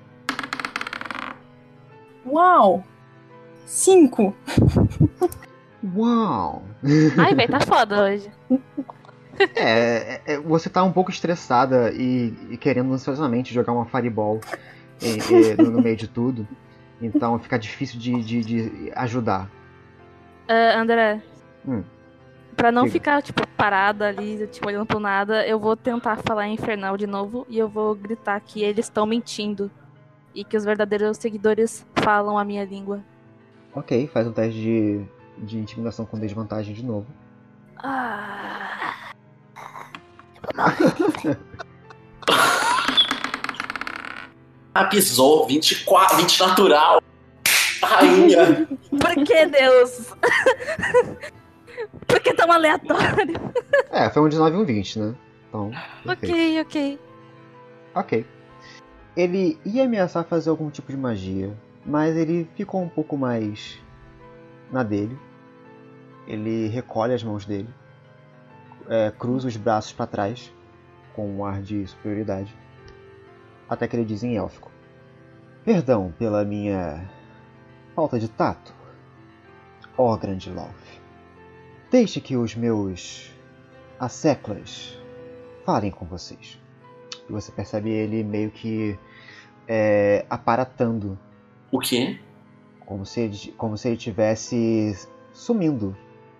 Uau! Cinco! Uau! Ai, velho, tá foda hoje. É, é, é, você tá um pouco estressada e, e querendo ansiosamente jogar uma fireball e- e no, no meio de tudo. Então fica difícil de, de, de ajudar. Ah, André, Hum. pra não Diga. ficar, tipo, parada ali, tipo, olhando pro nada, eu vou tentar falar em infernal de novo e eu vou gritar que eles estão mentindo. E que os verdadeiros seguidores falam a minha língua. Ok, faz um teste de, de intimidação com desvantagem de novo. Ah, Ah, pisou. vinte e quatro, vinte natural. Rainha. por que, Deus? Por que tão aleatório? É, foi um dezenove e um vinte, né? Então, perfeito. Ok, ok. Ok. Ele ia ameaçar fazer algum tipo de magia, mas ele ficou um pouco mais na dele. Ele recolhe as mãos dele, é, cruza os braços para trás, com um ar de superioridade, até que ele diz em élfico: Perdão pela minha falta de tato, ó grande Lolf. Deixe que os meus asseclas falem com vocês. E você percebe ele meio que é, aparatando, O quê? como se ele, como se ele tivesse sumindo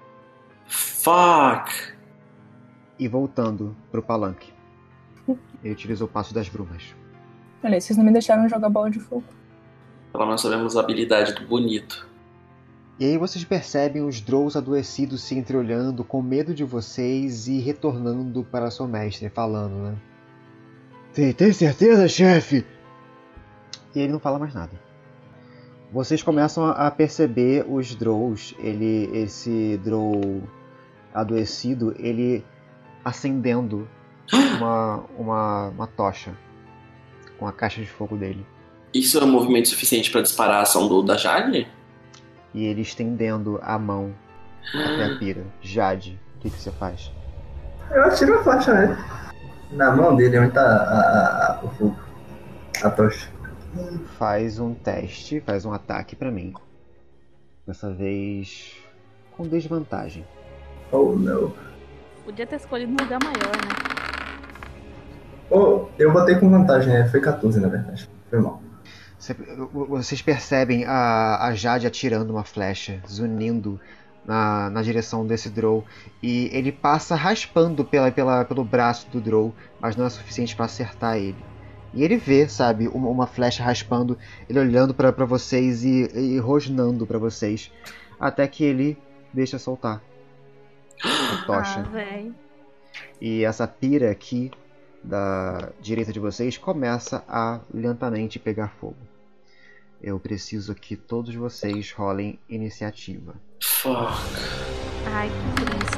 Fuck. e voltando pro palanque. Ele utiliza o passo das brumas. Olha, vocês não me deixaram jogar bola de fogo. Pelo menos sabemos a habilidade do bonito. E aí vocês percebem os Drows adoecidos se entreolhando com medo de vocês e retornando para seu mestre, falando, né? Tem, tem certeza, chefe? E ele não fala mais nada. Vocês começam a perceber os Drows, ele, esse Drow adoecido, ele acendendo uma, uma, uma tocha com a caixa de fogo dele. Isso é um movimento suficiente pra disparar a ação do, da Jade? E ele estendendo a mão até a pira. Jade, o que, que você faz? Eu atiro a flecha nele. Na mão dele, onde tá a, a, a, o fogo. A tocha. Faz um teste, faz um ataque pra mim. Dessa vez com desvantagem. Oh, não. Podia ter escolhido um lugar maior, né? Oh, eu botei com vantagem, né? Foi quatorze, na verdade. Foi mal. Cê- Vocês percebem a, a Jade atirando uma flecha, zunindo na, na direção desse Drow. E ele passa raspando pela, pela, pelo braço do Drow, mas não é suficiente para acertar ele. E ele vê, sabe, uma, uma flecha raspando, ele olhando para vocês e, e rosnando para vocês. Até que ele deixa soltar a tocha. Ah, véi. E essa pira aqui da direita de vocês começa a lentamente pegar fogo. Eu preciso que todos vocês rolem iniciativa. Fuck. Ai, que triste.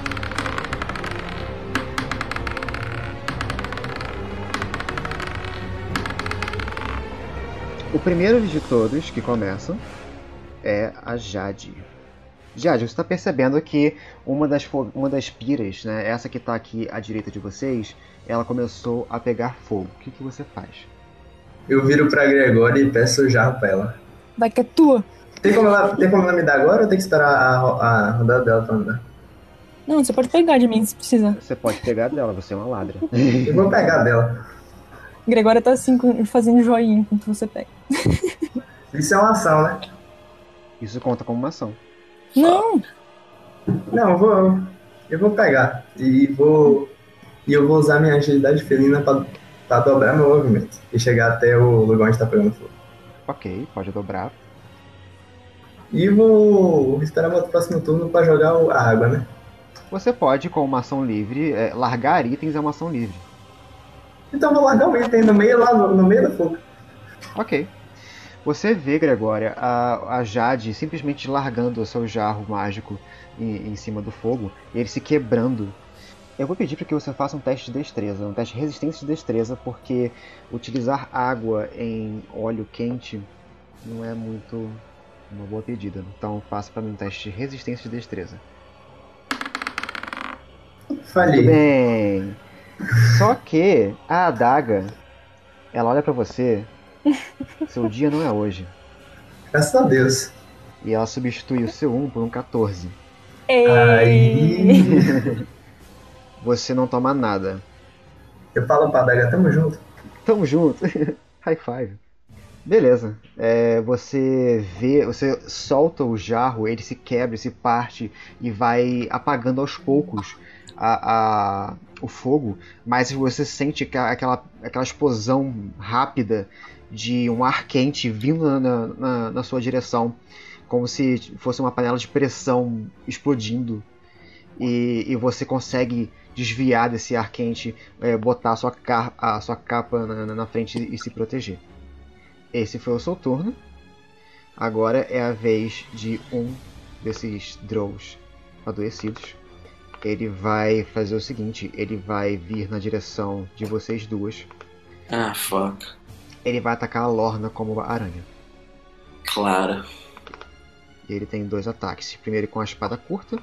O primeiro de todos que começam é a Jade. Jade, você está percebendo que uma das, uma das piras, né, essa que está aqui à direita de vocês, ela começou a pegar fogo. O que, que você faz? Eu viro pra Gregória e peço o jarro pra ela. Vai que é tua. Tem como ela, tem como ela me dar agora ou tem que esperar a, a rodada dela pra andar? Não, você pode pegar de mim se precisar. Você pode pegar dela, você é uma ladra. Eu vou pegar dela. Gregória tá assim, fazendo joinha enquanto você pega. Isso é uma ação, né? Isso conta como uma ação. Não! Não, eu vou, eu vou pegar e vou e eu vou usar minha agilidade felina pra, pra dobrar meu movimento e chegar até o lugar onde tá pegando fogo. Ok, pode dobrar. E vou esperar meu próximo turno pra jogar o- a água, né? Você pode, com uma ação livre, é, largar itens é uma ação livre. Então eu vou largar o item no meio lá no, no meio do fogo. Ok. Você vê, Gregória, a, a Jade simplesmente largando o seu jarro mágico em, em cima do fogo e ele se quebrando. Eu vou pedir para que você faça um teste de destreza, um teste de resistência de destreza, porque utilizar água em óleo quente não é muito uma boa pedida. Então faça para mim um teste de resistência de destreza. Falhei. Tudo bem. Só que a adaga, ela olha para você. Seu dia não é hoje. Graças a Deus. E ela substitui o seu um por um quatorze. Aí Você não toma nada. eu falo pra Daga, tamo junto. Tamo junto. High five. Beleza. É, você vê, você solta o jarro, ele se quebra, se parte e vai apagando aos poucos a, a, o fogo, mas você sente que aquela, aquela explosão rápida de um ar quente vindo na, na, na sua direção, como se fosse uma panela de pressão explodindo, e, e você consegue desviar desse ar quente, é, botar a sua, car a sua capa na, na frente e se proteger. Esse foi o seu turno. Agora é a vez de um desses Drows adoecidos. Ele vai fazer o seguinte, ele vai vir na direção de vocês duas. Ah, fuck. Ele vai atacar a Lorna como aranha. Claro. E ele tem dois ataques. Primeiro com a espada curta.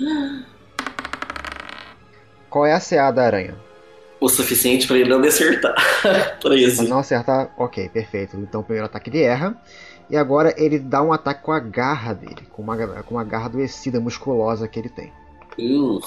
Qual é a C A da aranha? O suficiente pra ele não acertar. Se treze. não acertar, ok, perfeito. Então o primeiro ataque ele erra. E agora ele dá um ataque com a garra dele. Com uma, com uma garra adoecida, musculosa que ele tem. Uh.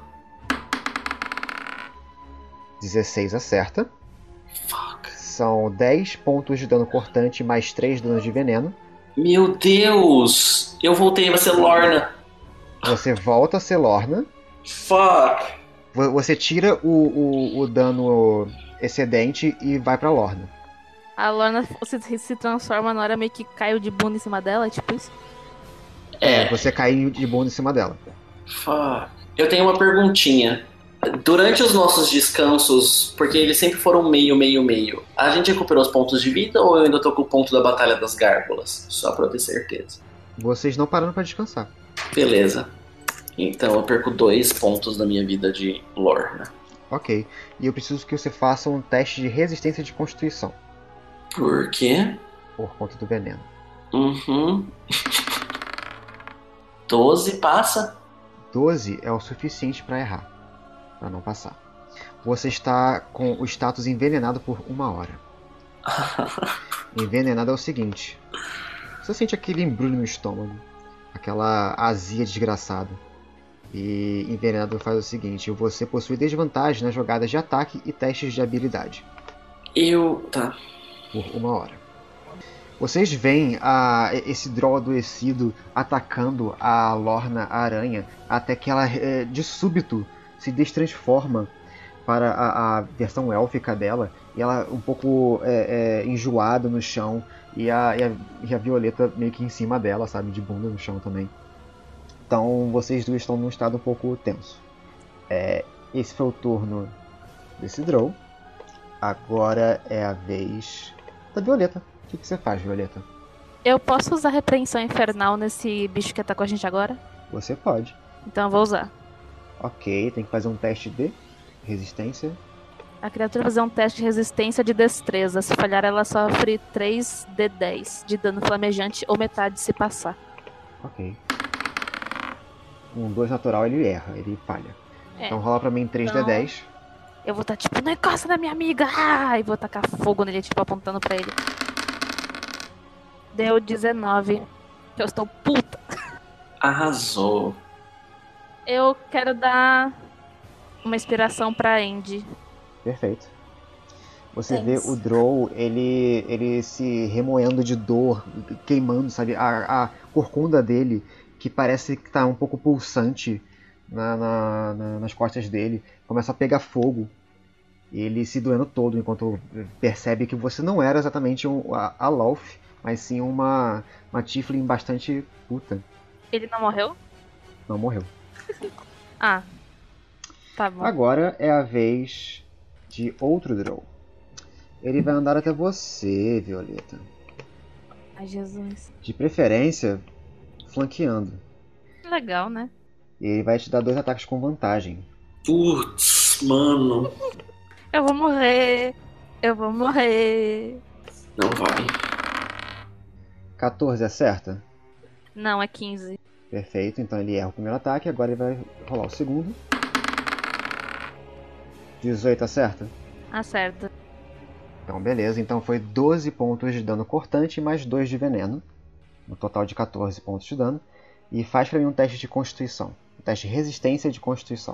dezesseis acerta. Fuck. São dez pontos de dano cortante mais três danos de veneno. Meu Deus! Eu voltei a ser Lorna. Você volta a ser Lorna. Fuck. Vo- Você tira o, o, o dano excedente e vai pra Lorna. A Lorna se, se transforma na hora meio que caiu de bunda em cima dela, tipo isso. É, você cai de bunda em cima dela. Fuck. Eu tenho uma perguntinha. Durante os nossos descansos, porque eles sempre foram meio, meio, meio, a gente recuperou os pontos de vida ou eu ainda tô com o ponto da Batalha das Gárgulas? Só pra eu ter certeza. Vocês não pararam pra descansar. Beleza. Então eu perco dois pontos da minha vida de Lorna. Ok. E eu preciso que você faça um teste de resistência de constituição. Por quê? Por conta do veneno. Uhum. doze passa? doze é o suficiente pra errar. Pra não passar. Você está com o status envenenado por uma hora. Envenenado é o seguinte. Você sente aquele embrulho no estômago. Aquela azia desgraçada. E envenenado faz o seguinte. Você possui desvantagem nas jogadas de ataque e testes de habilidade. Eu... Tá. Por uma hora. Vocês veem a, esse Drow adoecido atacando a Lorna, a aranha, até que ela, é, de súbito, se destransforma para a, a versão élfica dela, e ela um pouco é, é, enjoada no chão, e a, e, a, e a Violeta meio que em cima dela, sabe, de bunda no chão também. Então vocês duas estão num estado um pouco tenso. É, esse foi o turno desse Drow. Agora é a vez da Violeta. O que, que você faz, Violeta? Eu posso usar repreensão infernal nesse bicho que tá com a gente agora? Você pode. Então eu vou usar. Ok, tem que fazer um teste de resistência. A criatura vai fazer um teste de resistência de destreza. Se falhar, ela sofre três D dez de dano flamejante ou metade se passar. Ok. Um dois natural ele erra, ele falha. É. Então rola pra mim três D dez. Eu vou estar tá, tipo, não encosta na minha amiga! Ah! E vou tacar fogo nele, tipo, apontando pra ele. Deu dezenove. Eu estou puta. Arrasou. Eu quero dar uma inspiração pra Andy. Perfeito. Você Thanks. vê o Drow, ele, ele se remoendo de dor, queimando, sabe? A, a corcunda dele, que parece que tá um pouco pulsante na, na, na, nas costas dele, começa a pegar fogo. E ele se doendo todo, enquanto percebe que você não era exatamente um, a, a Lolth, mas sim uma, uma Tiefling bastante puta. Ele não morreu? Não morreu. Ah. Tá bom. Agora é a vez de outro Drow. Ele vai andar até você, Violeta. Ai, Jesus. De preferência, flanqueando. Legal, né? E ele vai te dar dois ataques com vantagem. Putz, mano. Eu vou morrer. Eu vou morrer. Não vai. quatorze acerta? Não, é quinze. Perfeito, então ele erra o primeiro ataque, agora ele vai rolar o segundo. dezoito acerta? Acerta. Então beleza, então foi doze pontos de dano cortante mais dois de veneno. No total de quatorze pontos de dano. E faz pra mim um teste de constituição. Um teste de resistência de constituição.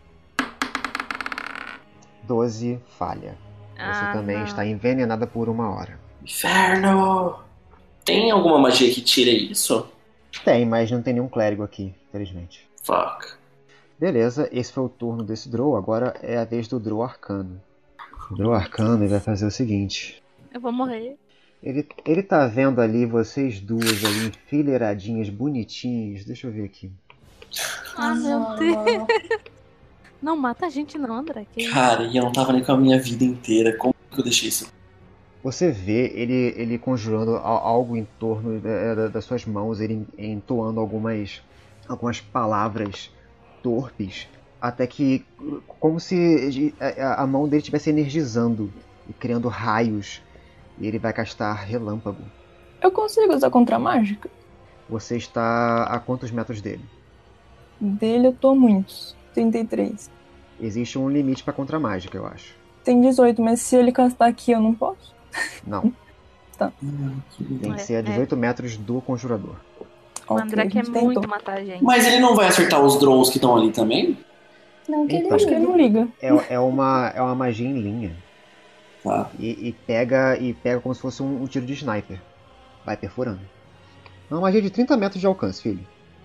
doze falha. Você Ah, também não. está envenenada por uma hora. Inferno! Tem alguma magia que tire isso? Tem, mas não tem nenhum clérigo aqui, infelizmente. Fuck. Beleza, esse foi o turno desse Drow, agora é a vez do Drow Arcano. O Drow Arcano ele vai fazer o seguinte. Eu vou morrer. Ele, ele tá vendo ali vocês duas ali enfileiradinhas, bonitinhas. Deixa eu ver aqui. Ah, meu Não, Deus. Não mata a gente não, André. Que isso? Cara, e eu não tava nem com a minha vida inteira. Como que eu deixei isso? Você vê ele, ele conjurando a- algo em torno da- da- das suas mãos, ele entoando algumas, algumas palavras torpes, até que como se a, a mão dele estivesse energizando e criando raios, e ele vai castar relâmpago. Eu consigo usar contra mágica? Você está a quantos metros dele? Dele eu tô a muitos. trinta e três. Existe um limite para contra mágica, eu acho. Tem dezoito, mas se ele castar aqui eu não posso? Não, Hum, que lindo. tem que É, ser a é. dezoito metros do conjurador. O Ok, André a quer gente tentou. muito matar a gente. Mas ele não vai acertar os drones que estão ali também? Não, que Então. Acho que ele não liga. É, é, uma, é uma magia em linha. Tá. E, e pega e pega como se fosse um, um tiro de sniper. Vai perfurando. É uma magia de trinta metros de alcance, filho.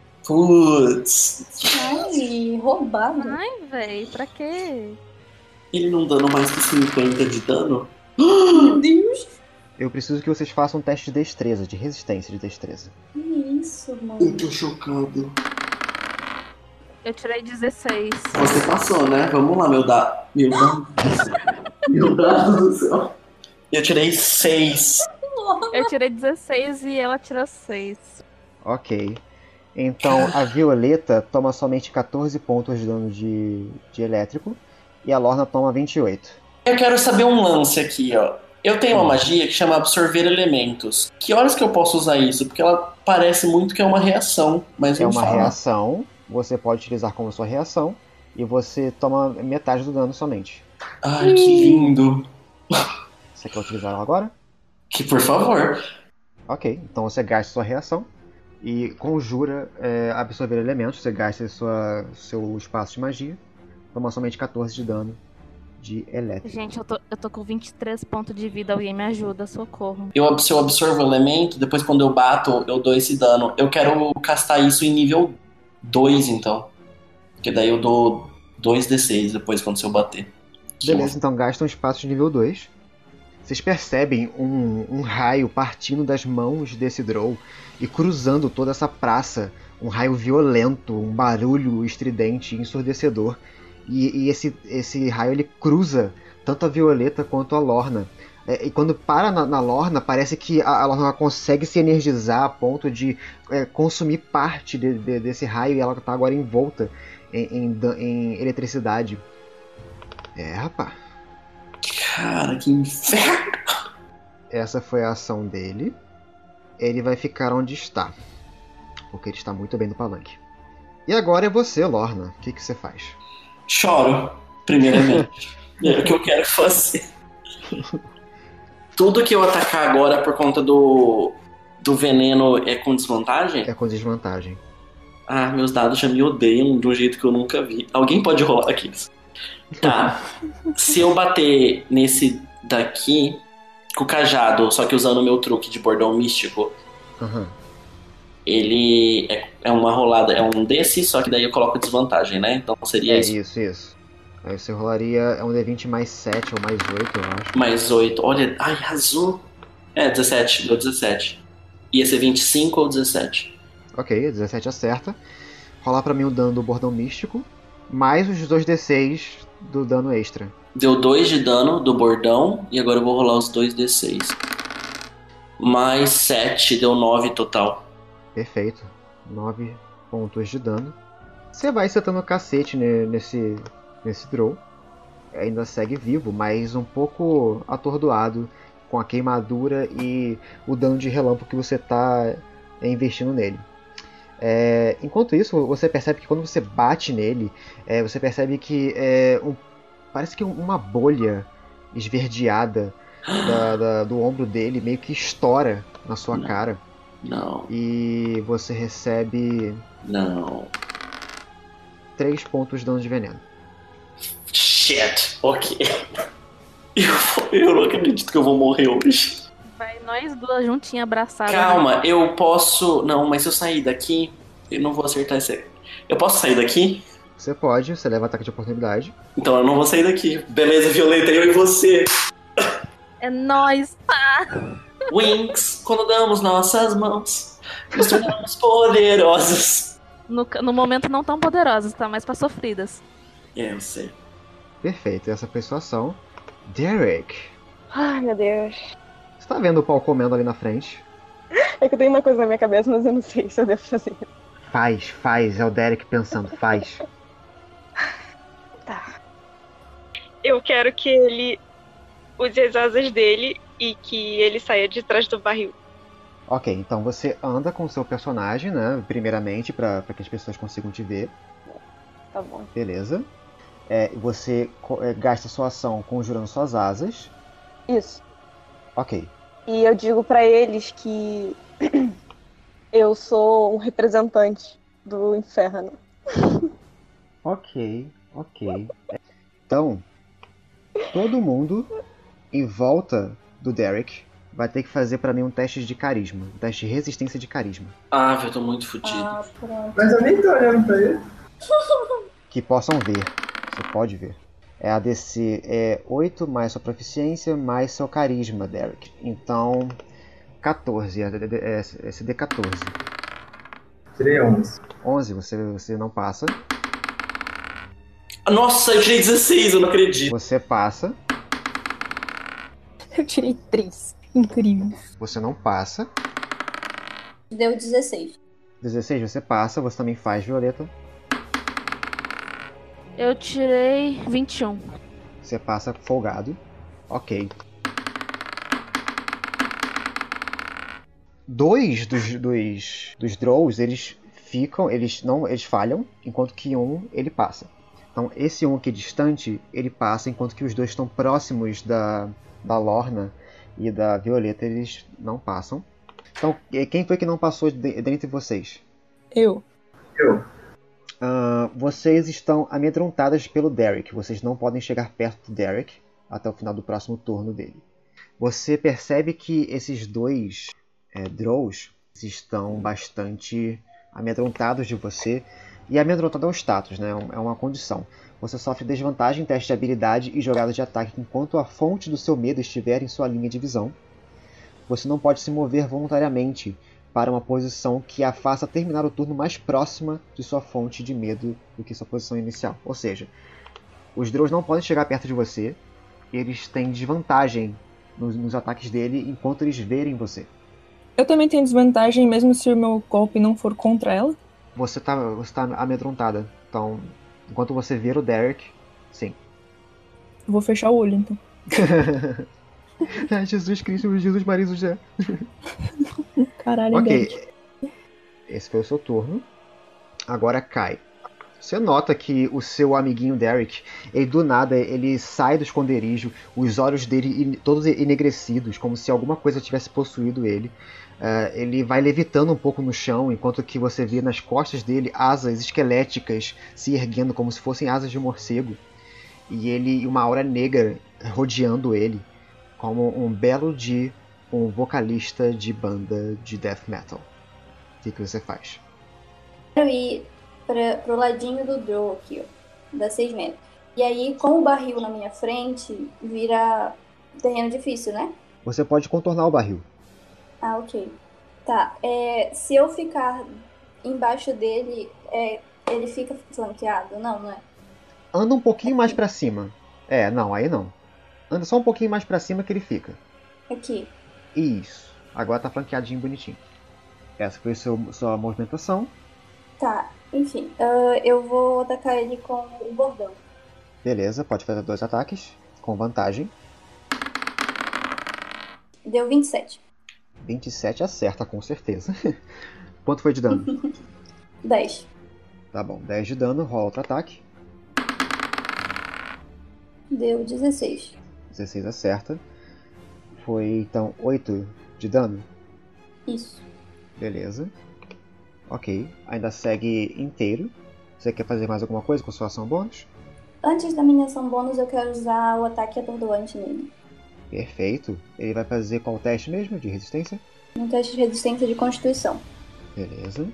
Putz. Ai, roubado. Ai, véi, pra quê? Ele não dando mais que cinquenta de dano? Meu Deus. Eu preciso que vocês façam um teste de destreza, de resistência de destreza. Que isso, Eu mano. tô chocado. Eu tirei dezesseis. Você passou, né? Vamos lá, meu dado. Meu dado. Meu dado do céu. Eu tirei seis. Eu tirei dezesseis e ela tirou seis. Ok. Então a Violeta toma somente quatorze pontos de dano de, de elétrico. E a Lorna toma vinte e oito. Eu quero saber um lance aqui, ó. Eu tenho uma magia que chama absorver elementos. Que horas que eu posso usar isso? Porque ela parece muito que é uma reação, mas É não uma fala. reação. Você pode utilizar como sua reação. E você toma metade do dano somente. Ai, que lindo. Você quer utilizar ela agora? Que por favor. Ok, então você gasta sua reação e conjura é, absorver elementos. Você gasta sua, seu espaço de magia, toma somente quatorze de dano de elétrico. Gente, eu tô, eu tô com vinte e três pontos de vida. Alguém me ajuda, socorro. Eu, se eu absorvo o elemento, depois quando eu bato, eu dou esse dano. Eu quero castar isso em nível dois, então. Porque daí eu dou dois d seis depois quando eu bater. Beleza, então gasta um espaço de nível dois. Vocês percebem um, um raio partindo das mãos desse Drow e cruzando toda essa praça. Um raio violento, um barulho estridente, ensurdecedor. E, e esse, esse raio ele cruza tanto a Violeta quanto a Lorna. É, e quando para na, na Lorna, parece que a, a Lorna consegue se energizar a ponto de é, consumir parte de, de, desse raio e ela está agora envolta em, em, em eletricidade. É, rapaz. Cara, que inferno! Essa foi a ação dele. Ele vai ficar onde está, porque ele está muito bem no palanque. E agora é você, Lorna. O que, que você faz? Choro, primeiramente. É o que eu quero fazer. Tudo que eu atacar agora por conta do, do veneno é com desvantagem? É com desvantagem. Ah, meus dados já me odeiam de um jeito que eu nunca vi. Alguém pode rolar aqui? Tá. Se eu bater nesse daqui com o cajado, só que usando o meu truque de bordão místico, Uhum. ele é, é uma rolada, é um desse, só que daí eu coloco desvantagem, né? Então seria É isso. isso, isso. Aí você rolaria é um D vinte mais sete ou mais oito, eu acho. Mais oito. Olha, ai, azul. É, dezessete, deu dezessete. Ia ser vinte e cinco ou dezessete. Ok, dezessete acerta. Rolar pra mim o dano do bordão místico, mais os dois D seis do dano extra. Deu dois de dano do bordão, e agora eu vou rolar os dois D seis. Mais sete, deu nove total. Perfeito. nove pontos de dano. Você vai setando o cacete ne- nesse, nesse Drow. Ainda segue vivo, mas um pouco atordoado com a queimadura e o dano de relâmpago que você está investindo nele. É, enquanto isso, você percebe que quando você bate nele, é, você percebe que é, um, parece que uma bolha esverdeada da, da, do ombro dele meio que estoura na sua Não. cara. Não, E você recebe não. três pontos de dano de veneno. Shit, ok. Eu, vou- eu não acredito que eu vou morrer hoje. Vai nós duas juntinhas abraçadas. Calma, eu posso... Não, mas se eu sair daqui, eu não vou acertar esse... Eu posso sair daqui? Você pode, você leva ataque de oportunidade. Então eu não vou sair daqui. Beleza, Violeta, eu e você. É nós. Wings, quando damos nossas mãos, nos tornamos poderosos. No, no momento não tão poderosas, tá? Mas pra sofridas. É, eu sei. Perfeito, essa foi a sua ação. Derek, Ai, meu Deus. você tá vendo o pau comendo ali na frente? É que eu tenho uma coisa na minha cabeça, mas eu não sei se eu devo fazer. Faz, faz, é o Derek pensando, faz. Tá. Eu quero que ele use as asas dele e que ele saia de trás do barril. Ok, então você anda com o seu personagem, né? Primeiramente, pra, pra que as pessoas consigam te ver. Tá bom. Beleza. É, você co- é, gasta sua ação conjurando suas asas. Isso. Ok. E eu digo pra eles que eu sou um representante do inferno. Ok, ok. Então, todo mundo em volta do Derek vai ter que fazer pra mim um teste de carisma. Um teste de resistência de carisma. Ah, eu tô muito fudido. Ah, pronto. Mas eu nem tô olhando pra ele. Que possam ver. Você pode ver. É a D C é oito mais sua proficiência mais seu carisma, Derek. Então, catorze. É, é, é C D catorze. Tirei onze. onze, você, você não passa. Nossa, eu tirei dezesseis, eu não acredito. Você passa. Eu tirei três. Incrível. Você não passa. Deu dezesseis. dezesseis, você passa. Você também faz, Violeta. Eu tirei vinte e um. Você passa folgado. Ok. Dois dos, dos, dos Drows, eles ficam, eles não, eles falham, enquanto que um, ele passa. Então esse um aqui distante, ele passa, enquanto que os dois estão próximos da, da Lorna e da Violeta, eles não passam. Então, quem foi que não passou de- dentre vocês? Eu. Eu. Uh, vocês estão amedrontadas pelo Derek. Vocês não podem chegar perto do Derek até o final do próximo turno dele. Você percebe que esses dois é, Drows estão bastante amedrontados de você. E amedrontado é um status, né? É uma condição. Você sofre desvantagem em teste de habilidade e jogadas de ataque enquanto a fonte do seu medo estiver em sua linha de visão. Você não pode se mover voluntariamente para uma posição que a faça terminar o turno mais próxima de sua fonte de medo do que sua posição inicial. Ou seja, os Drows não podem chegar perto de você. Eles têm desvantagem nos, nos ataques dele enquanto eles verem você. Eu também tenho desvantagem mesmo se o meu golpe não for contra ela? Você está você tá amedrontada. Então, enquanto você ver o Derek, sim. Eu vou fechar o olho, então. Ai, Jesus Cristo, Jesus Maria José. Caralho, ok. Derek. Esse foi o seu turno. Agora cai. Você nota que o seu amiguinho Derek, ele do nada, ele sai do esconderijo, os olhos dele todos enegrecidos, como se alguma coisa tivesse possuído ele. Uh, ele vai levitando um pouco no chão, enquanto que você vê nas costas dele asas esqueléticas se erguendo como se fossem asas de morcego. E ele e uma aura negra rodeando ele, como um belo de um vocalista de banda de death metal. O que, que você faz? Quero ir para pro ladinho do Drow aqui, ó, da seis metros. E aí, com o barril na minha frente, vira terreno difícil, né? Você pode contornar o barril. Ah, ok. Tá, é, se eu ficar embaixo dele, é, ele fica flanqueado? Não, não é? Anda um pouquinho mais pra cima. É, não, aí não. Anda só um pouquinho mais pra cima que ele fica. Aqui. Isso. Agora tá flanqueadinho, bonitinho. Essa foi a seu, sua movimentação. Tá, enfim. Uh, eu vou atacar ele com o bordão. Beleza, pode fazer dois ataques. Com vantagem. Deu vinte e sete. vinte e sete acerta, com certeza. Quanto foi de dano? dez. Tá bom, dez de dano, rola outro ataque. Deu dezesseis. dezesseis acerta. Foi então oito de dano? Isso. Beleza. Ok, ainda segue inteiro. Você quer fazer mais alguma coisa com sua ação bônus? Antes da minha ação bônus, eu quero usar o ataque atordoante nele. Perfeito. Ele vai fazer qual teste mesmo de resistência? Um teste de resistência de constituição. Beleza.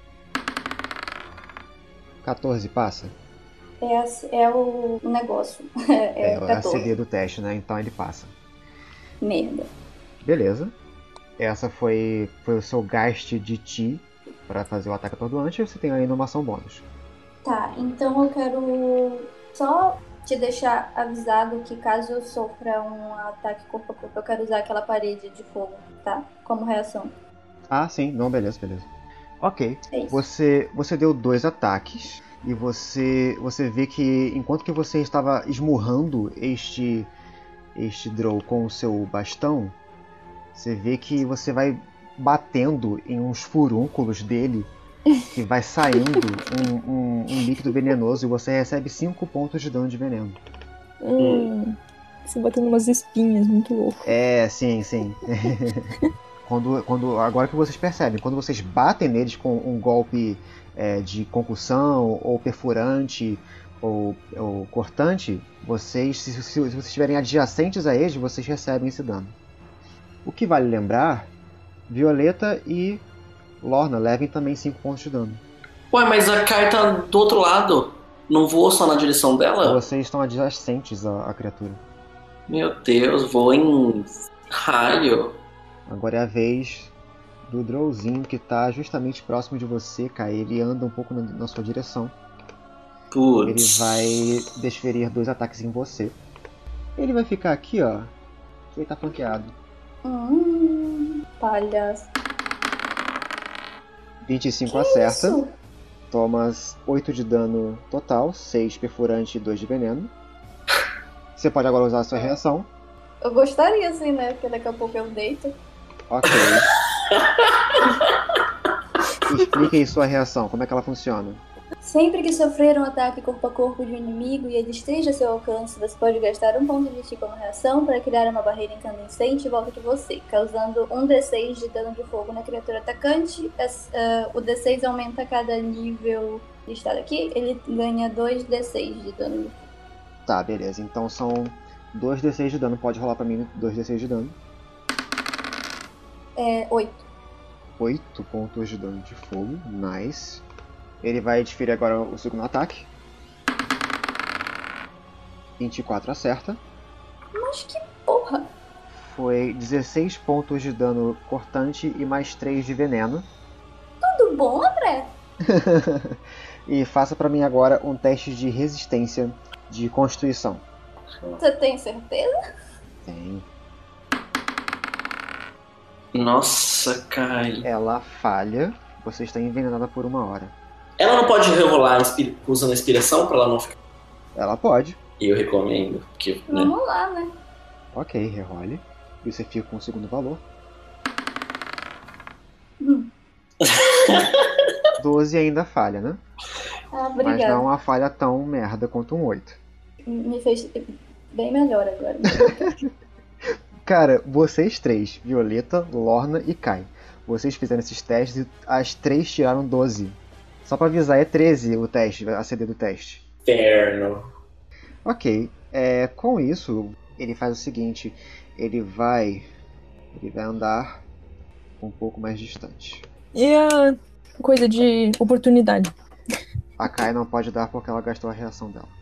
quatorze passa? É, é o negócio. É, é o A C D do teste, né? Então ele passa. Merda. Beleza. Essa foi, foi o seu gasto de ti para fazer o ataque atordoante e você tem ainda uma ação bônus. Tá, então eu quero só te deixar avisado que caso eu sofra um ataque corpo a corpo, eu quero usar aquela parede de fogo, tá? Como reação. Ah, sim. Não, beleza, beleza. Ok. É isso. Você, você deu dois ataques e você, você vê que enquanto que você estava esmurrando este, este Drow com o seu bastão, você vê que você vai batendo em uns furúnculos dele que vai saindo um, um, um líquido venenoso e você recebe cinco pontos de dano de veneno. Hum, você batendo umas espinhas, muito louco. É, sim, sim. quando, quando, agora que vocês percebem, quando vocês batem neles com um golpe é, de concussão ou perfurante ou, ou cortante, vocês, se, se, se vocês estiverem adjacentes a eles, vocês recebem esse dano. O que vale lembrar, Violeta e Lorna levem também cinco pontos de dano. Ué, mas a Kai tá do outro lado. Não voou só na direção dela? Vocês estão adjacentes à, à criatura. Meu Deus, voa em raio. Agora é a vez do Drowzinho que tá justamente próximo de você, Kai. Ele anda um pouco na, na sua direção. Putz. Ele vai desferir dois ataques em você. Ele vai ficar aqui, ó. Que ele tá flanqueado. Hum, palhaço. vinte e cinco Que acerta. isso? Toma oito de dano total, seis perfurante e dois de veneno. Você pode agora usar a sua reação. Eu gostaria, assim, né? Porque daqui a pouco eu deito. Ok. Explique aí sua reação, como é que ela funciona? Sempre que sofrer um ataque corpo a corpo de um inimigo e ele esteja a seu alcance, você pode gastar um ponto de chi como reação para criar uma barreira incandescente em volta de você, causando um D seis de dano de fogo na criatura atacante. Uh, o D seis aumenta a cada nível listado aqui, ele ganha dois D seis de dano de fogo. Tá, beleza. Então são dois D seis de dano. Pode rolar pra mim dois D seis de dano. É, oito. oito pontos de dano de fogo. Nice. Ele vai desferir agora o segundo ataque. vinte e quatro acerta. Mas que porra! Foi dezesseis pontos de dano cortante e mais três de veneno. Tudo bom, André? E faça pra mim agora um teste de resistência de constituição. Você tem certeza? Tem. Nossa, Kai. Ela falha. Você está envenenada por uma hora. Ela não pode rerolar inspi- usando a inspiração pra ela não ficar. Ela pode. Eu recomendo. Porque, né? Vamos lá, né? Ok, rerole. E você fica com o segundo valor. Hum. doze ainda falha, né? Ah, Mas obrigada. não é uma falha tão merda quanto um oito. Me fez bem melhor agora. Cara, vocês três, Violeta, Lorna e Kai, vocês fizeram esses testes e as três tiraram doze. Só pra avisar, é treze o teste, a C D do teste. Inferno. Ok, é, com isso, ele faz o seguinte, ele vai, ele vai andar um pouco mais distante. E a coisa de oportunidade? A Kai não pode dar porque ela gastou a reação dela.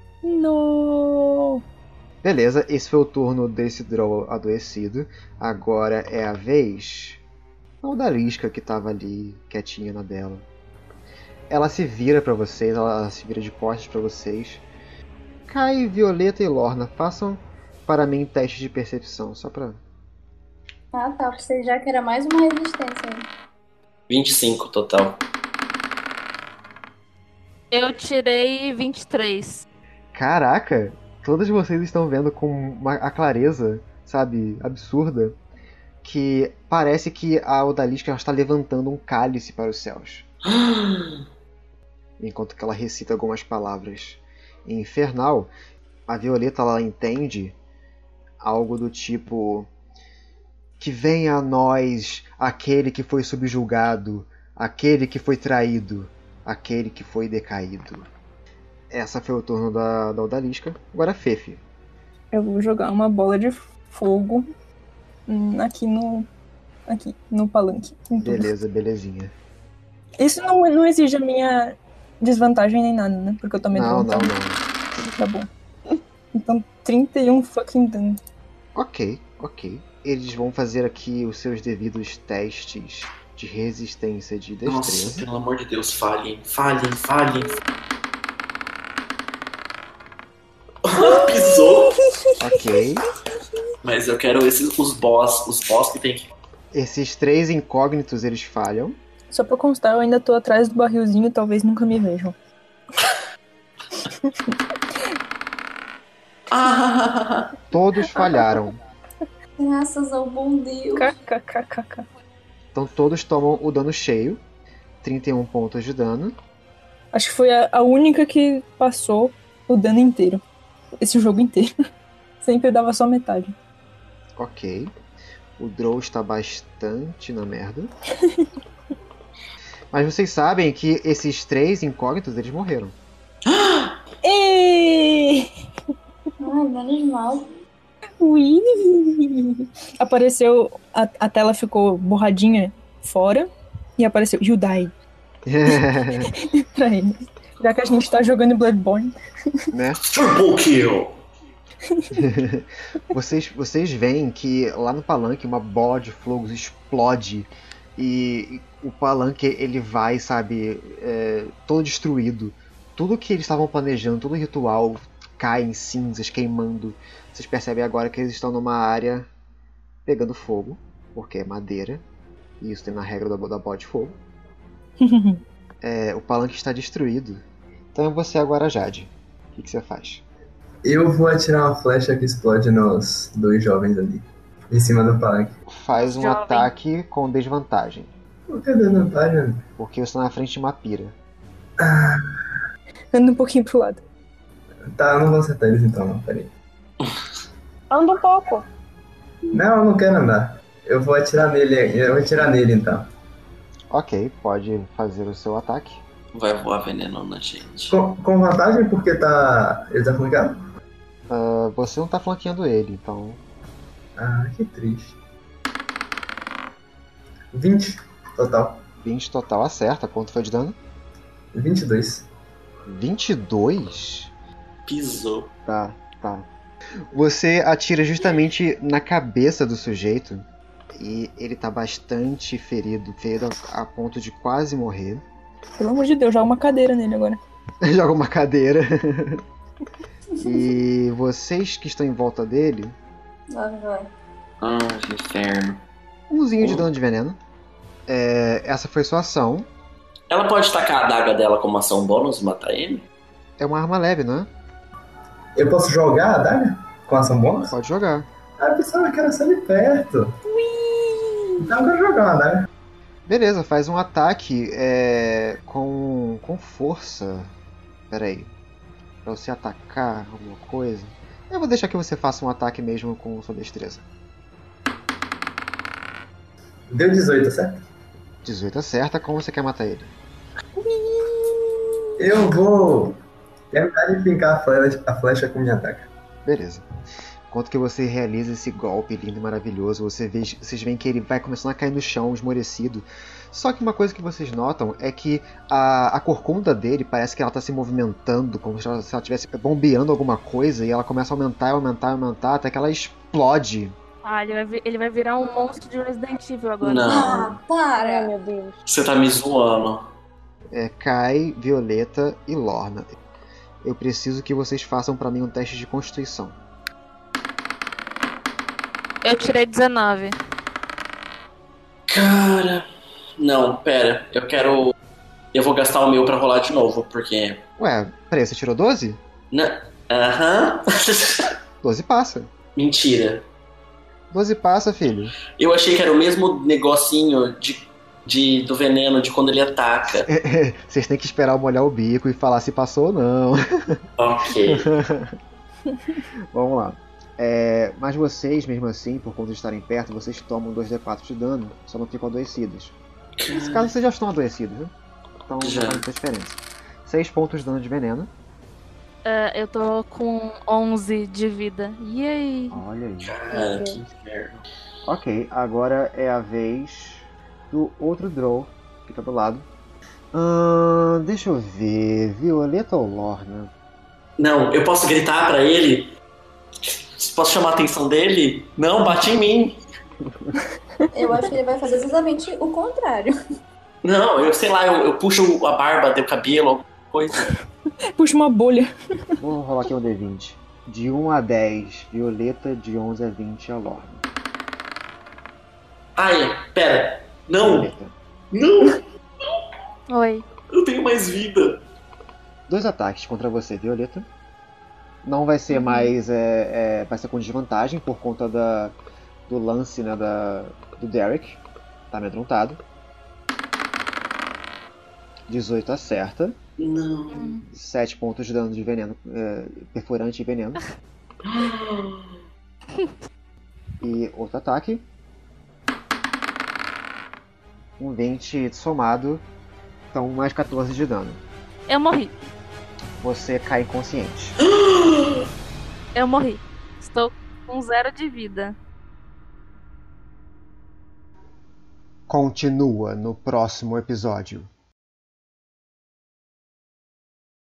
No. Beleza, esse foi o turno desse Drow adoecido. Agora é a vez da Odalisca que tava ali, quietinha na dela. Ela se vira pra vocês, ela se vira de costas pra vocês. Kai, Violeta e Lorna, façam para mim teste de percepção, só pra... Ah, tá. Pra você já que era mais uma resistência aí. vinte e cinco total. Eu tirei vinte e três. Caraca, todas vocês estão vendo com uma, a clareza, sabe, absurda, que parece que a Odalisca está levantando um cálice para os céus. Enquanto que ela recita algumas palavras em infernal, a Violeta ela entende algo do tipo: que venha a nós aquele que foi subjugado, aquele que foi traído, aquele que foi decaído. Essa foi o turno da, da Odalisca. Agora Fefe. Eu vou jogar uma bola de fogo hum, aqui no. Aqui, no palanque. em tudo. Beleza, belezinha. Isso não, não exige a minha desvantagem nem nada, né? Porque eu também Não, tô não, não. Tá bom. Então, trinta e um fucking dano. Ok, ok. Eles vão fazer aqui os seus devidos testes de resistência de destreza. Nossa, pelo amor de Deus, falhem, falhem, falhem. Pisou. Ok. Mas eu quero esses, os boss, os boss que tem que... Esses três incógnitos eles falham. Só pra constar, eu ainda tô atrás do barrilzinho e talvez nunca me vejam. Ah! Todos falharam. Graças ao bom Deus. KKKKK. Então todos tomam o dano cheio. trinta e um pontos de dano. Acho que foi a, a única que passou o dano inteiro. Esse jogo inteiro. Sempre dava só metade. Ok. O Drow está bastante na merda. Mas vocês sabem que esses três incógnitos, eles morreram. Ei! Ai, menos mal. Ui! Apareceu, a, a tela ficou borradinha fora e apareceu You died pra ele. Já que a gente tá jogando Bloodborne. Né? Triple kill! vocês, vocês veem que lá no palanque uma bola de fogos explode e o palanque ele vai, sabe, é, todo destruído. Tudo que eles estavam planejando, todo o ritual cai em cinzas, queimando. Vocês percebem agora que eles estão numa área pegando fogo, porque é madeira, e isso tem na regra da, da bola de fogo. É, o palanque está destruído. Então é você agora, Jade. O que, que você faz? Eu vou atirar uma flecha que explode nos dois jovens ali, em cima do palanque. Faz um Jovem. ataque com desvantagem, Por que desvantagem? porque você está na frente de uma pira. Ah, Anda um pouquinho pro lado. tá, eu não vou acertar eles então, não, peraí. Anda um pouco. Não, eu não quero andar. Eu vou atirar nele, eu vou atirar nele então. Ok, pode fazer o seu ataque. Vai voar veneno na gente. Com, com vantagem porque tá. Ele tá flancado? Uh, você não tá flanqueando ele, então. Ah, que triste. vinte total. vinte total acerta. Quanto foi de dano? vinte e dois. vinte e dois? Pisou. Tá, tá. Você atira justamente na cabeça do sujeito e ele tá bastante ferido, ferido a, a ponto de quase morrer. Pelo amor de Deus, joga uma cadeira nele agora. Joga uma cadeira. E vocês que estão em volta dele, Lá vai. Ah, que inferno. umzinho de Hum. dano de veneno. É, essa foi sua ação. Ela pode tacar a adaga dela como ação bônus e matar ele? É uma arma leve, não é? Eu posso jogar a adaga? Com ação bônus? Pode jogar. Ah, eu pensava que era só de perto. Então eu quero jogar uma adaga. Beleza, faz um ataque é, com, com força. Pera aí. Pra você atacar alguma coisa. Eu vou deixar que você faça um ataque mesmo com sua destreza. Deu dezoito, certo? dezoito acerta, como você quer matar ele? Eu vou tentar de fincar a flecha, a flecha com minha adaga. Beleza. Enquanto que você realiza esse golpe lindo e maravilhoso, você vê, vocês veem que ele vai começando a cair no chão, esmorecido. Só que uma coisa que vocês notam é que a, a corcunda dele parece que ela está se movimentando, como se ela estivesse bombeando alguma coisa, e ela começa a aumentar, aumentar, aumentar, até que ela explode. Ah, ele vai, vi- ele vai virar um monstro de Resident Evil agora. Não. Ah, Ai, para! meu Deus. Você tá me zoando. É, Kai, Violeta e Lorna. Eu preciso que vocês façam pra mim um teste de constituição. Eu tirei dezenove. Cara. Não, pera. Eu quero. Eu vou gastar o meu pra rolar de novo, porque. Ué, peraí, você tirou doze? Na- Aham. doze passa. Mentira. doze passa, filho. Eu achei que era o mesmo negocinho de, de, do veneno de quando ele ataca. Vocês têm que esperar eu molhar o bico e falar se passou ou não. Ok. Vamos lá. É, mas vocês, mesmo assim, por conta de estarem perto, vocês tomam dois D quatro de dano, só não ficam adoecidos. Nesse caso, vocês já estão adoecidos, né? Então não Já. faz muita diferença. seis pontos de dano de veneno. É, eu tô com onze de vida. E aí? Olha aí. Cara, que inferno. Ok, agora é a vez do outro Drow, que tá do lado. Ahn, deixa eu ver. Violeta ou Lorna? Não, eu posso gritar pra ele? Posso chamar a atenção dele? Não, bate em mim. Eu acho que ele vai fazer exatamente o contrário. Não, eu sei lá, eu, eu puxo a barba do cabelo, alguma coisa. Puxa uma bolha. Vou rolar aqui um D vinte. De um a dez, Violeta. De onze a vinte, a Lorna. Ai, pera. Não, Violeta. não, Oi. eu tenho mais vida. Dois ataques contra você, Violeta. Não vai ser mais. É, é, vai ser com desvantagem por conta da, do lance, né, da, do Derek. Tá amedrontado. dezoito acerta. Não. sete pontos de dano de veneno. É, perfurante e veneno. E outro ataque. Um vinte somado. Então mais quatorze de dano. Eu morri. Você cai inconsciente. Eu morri. Estou com zero de vida. Continua no próximo episódio.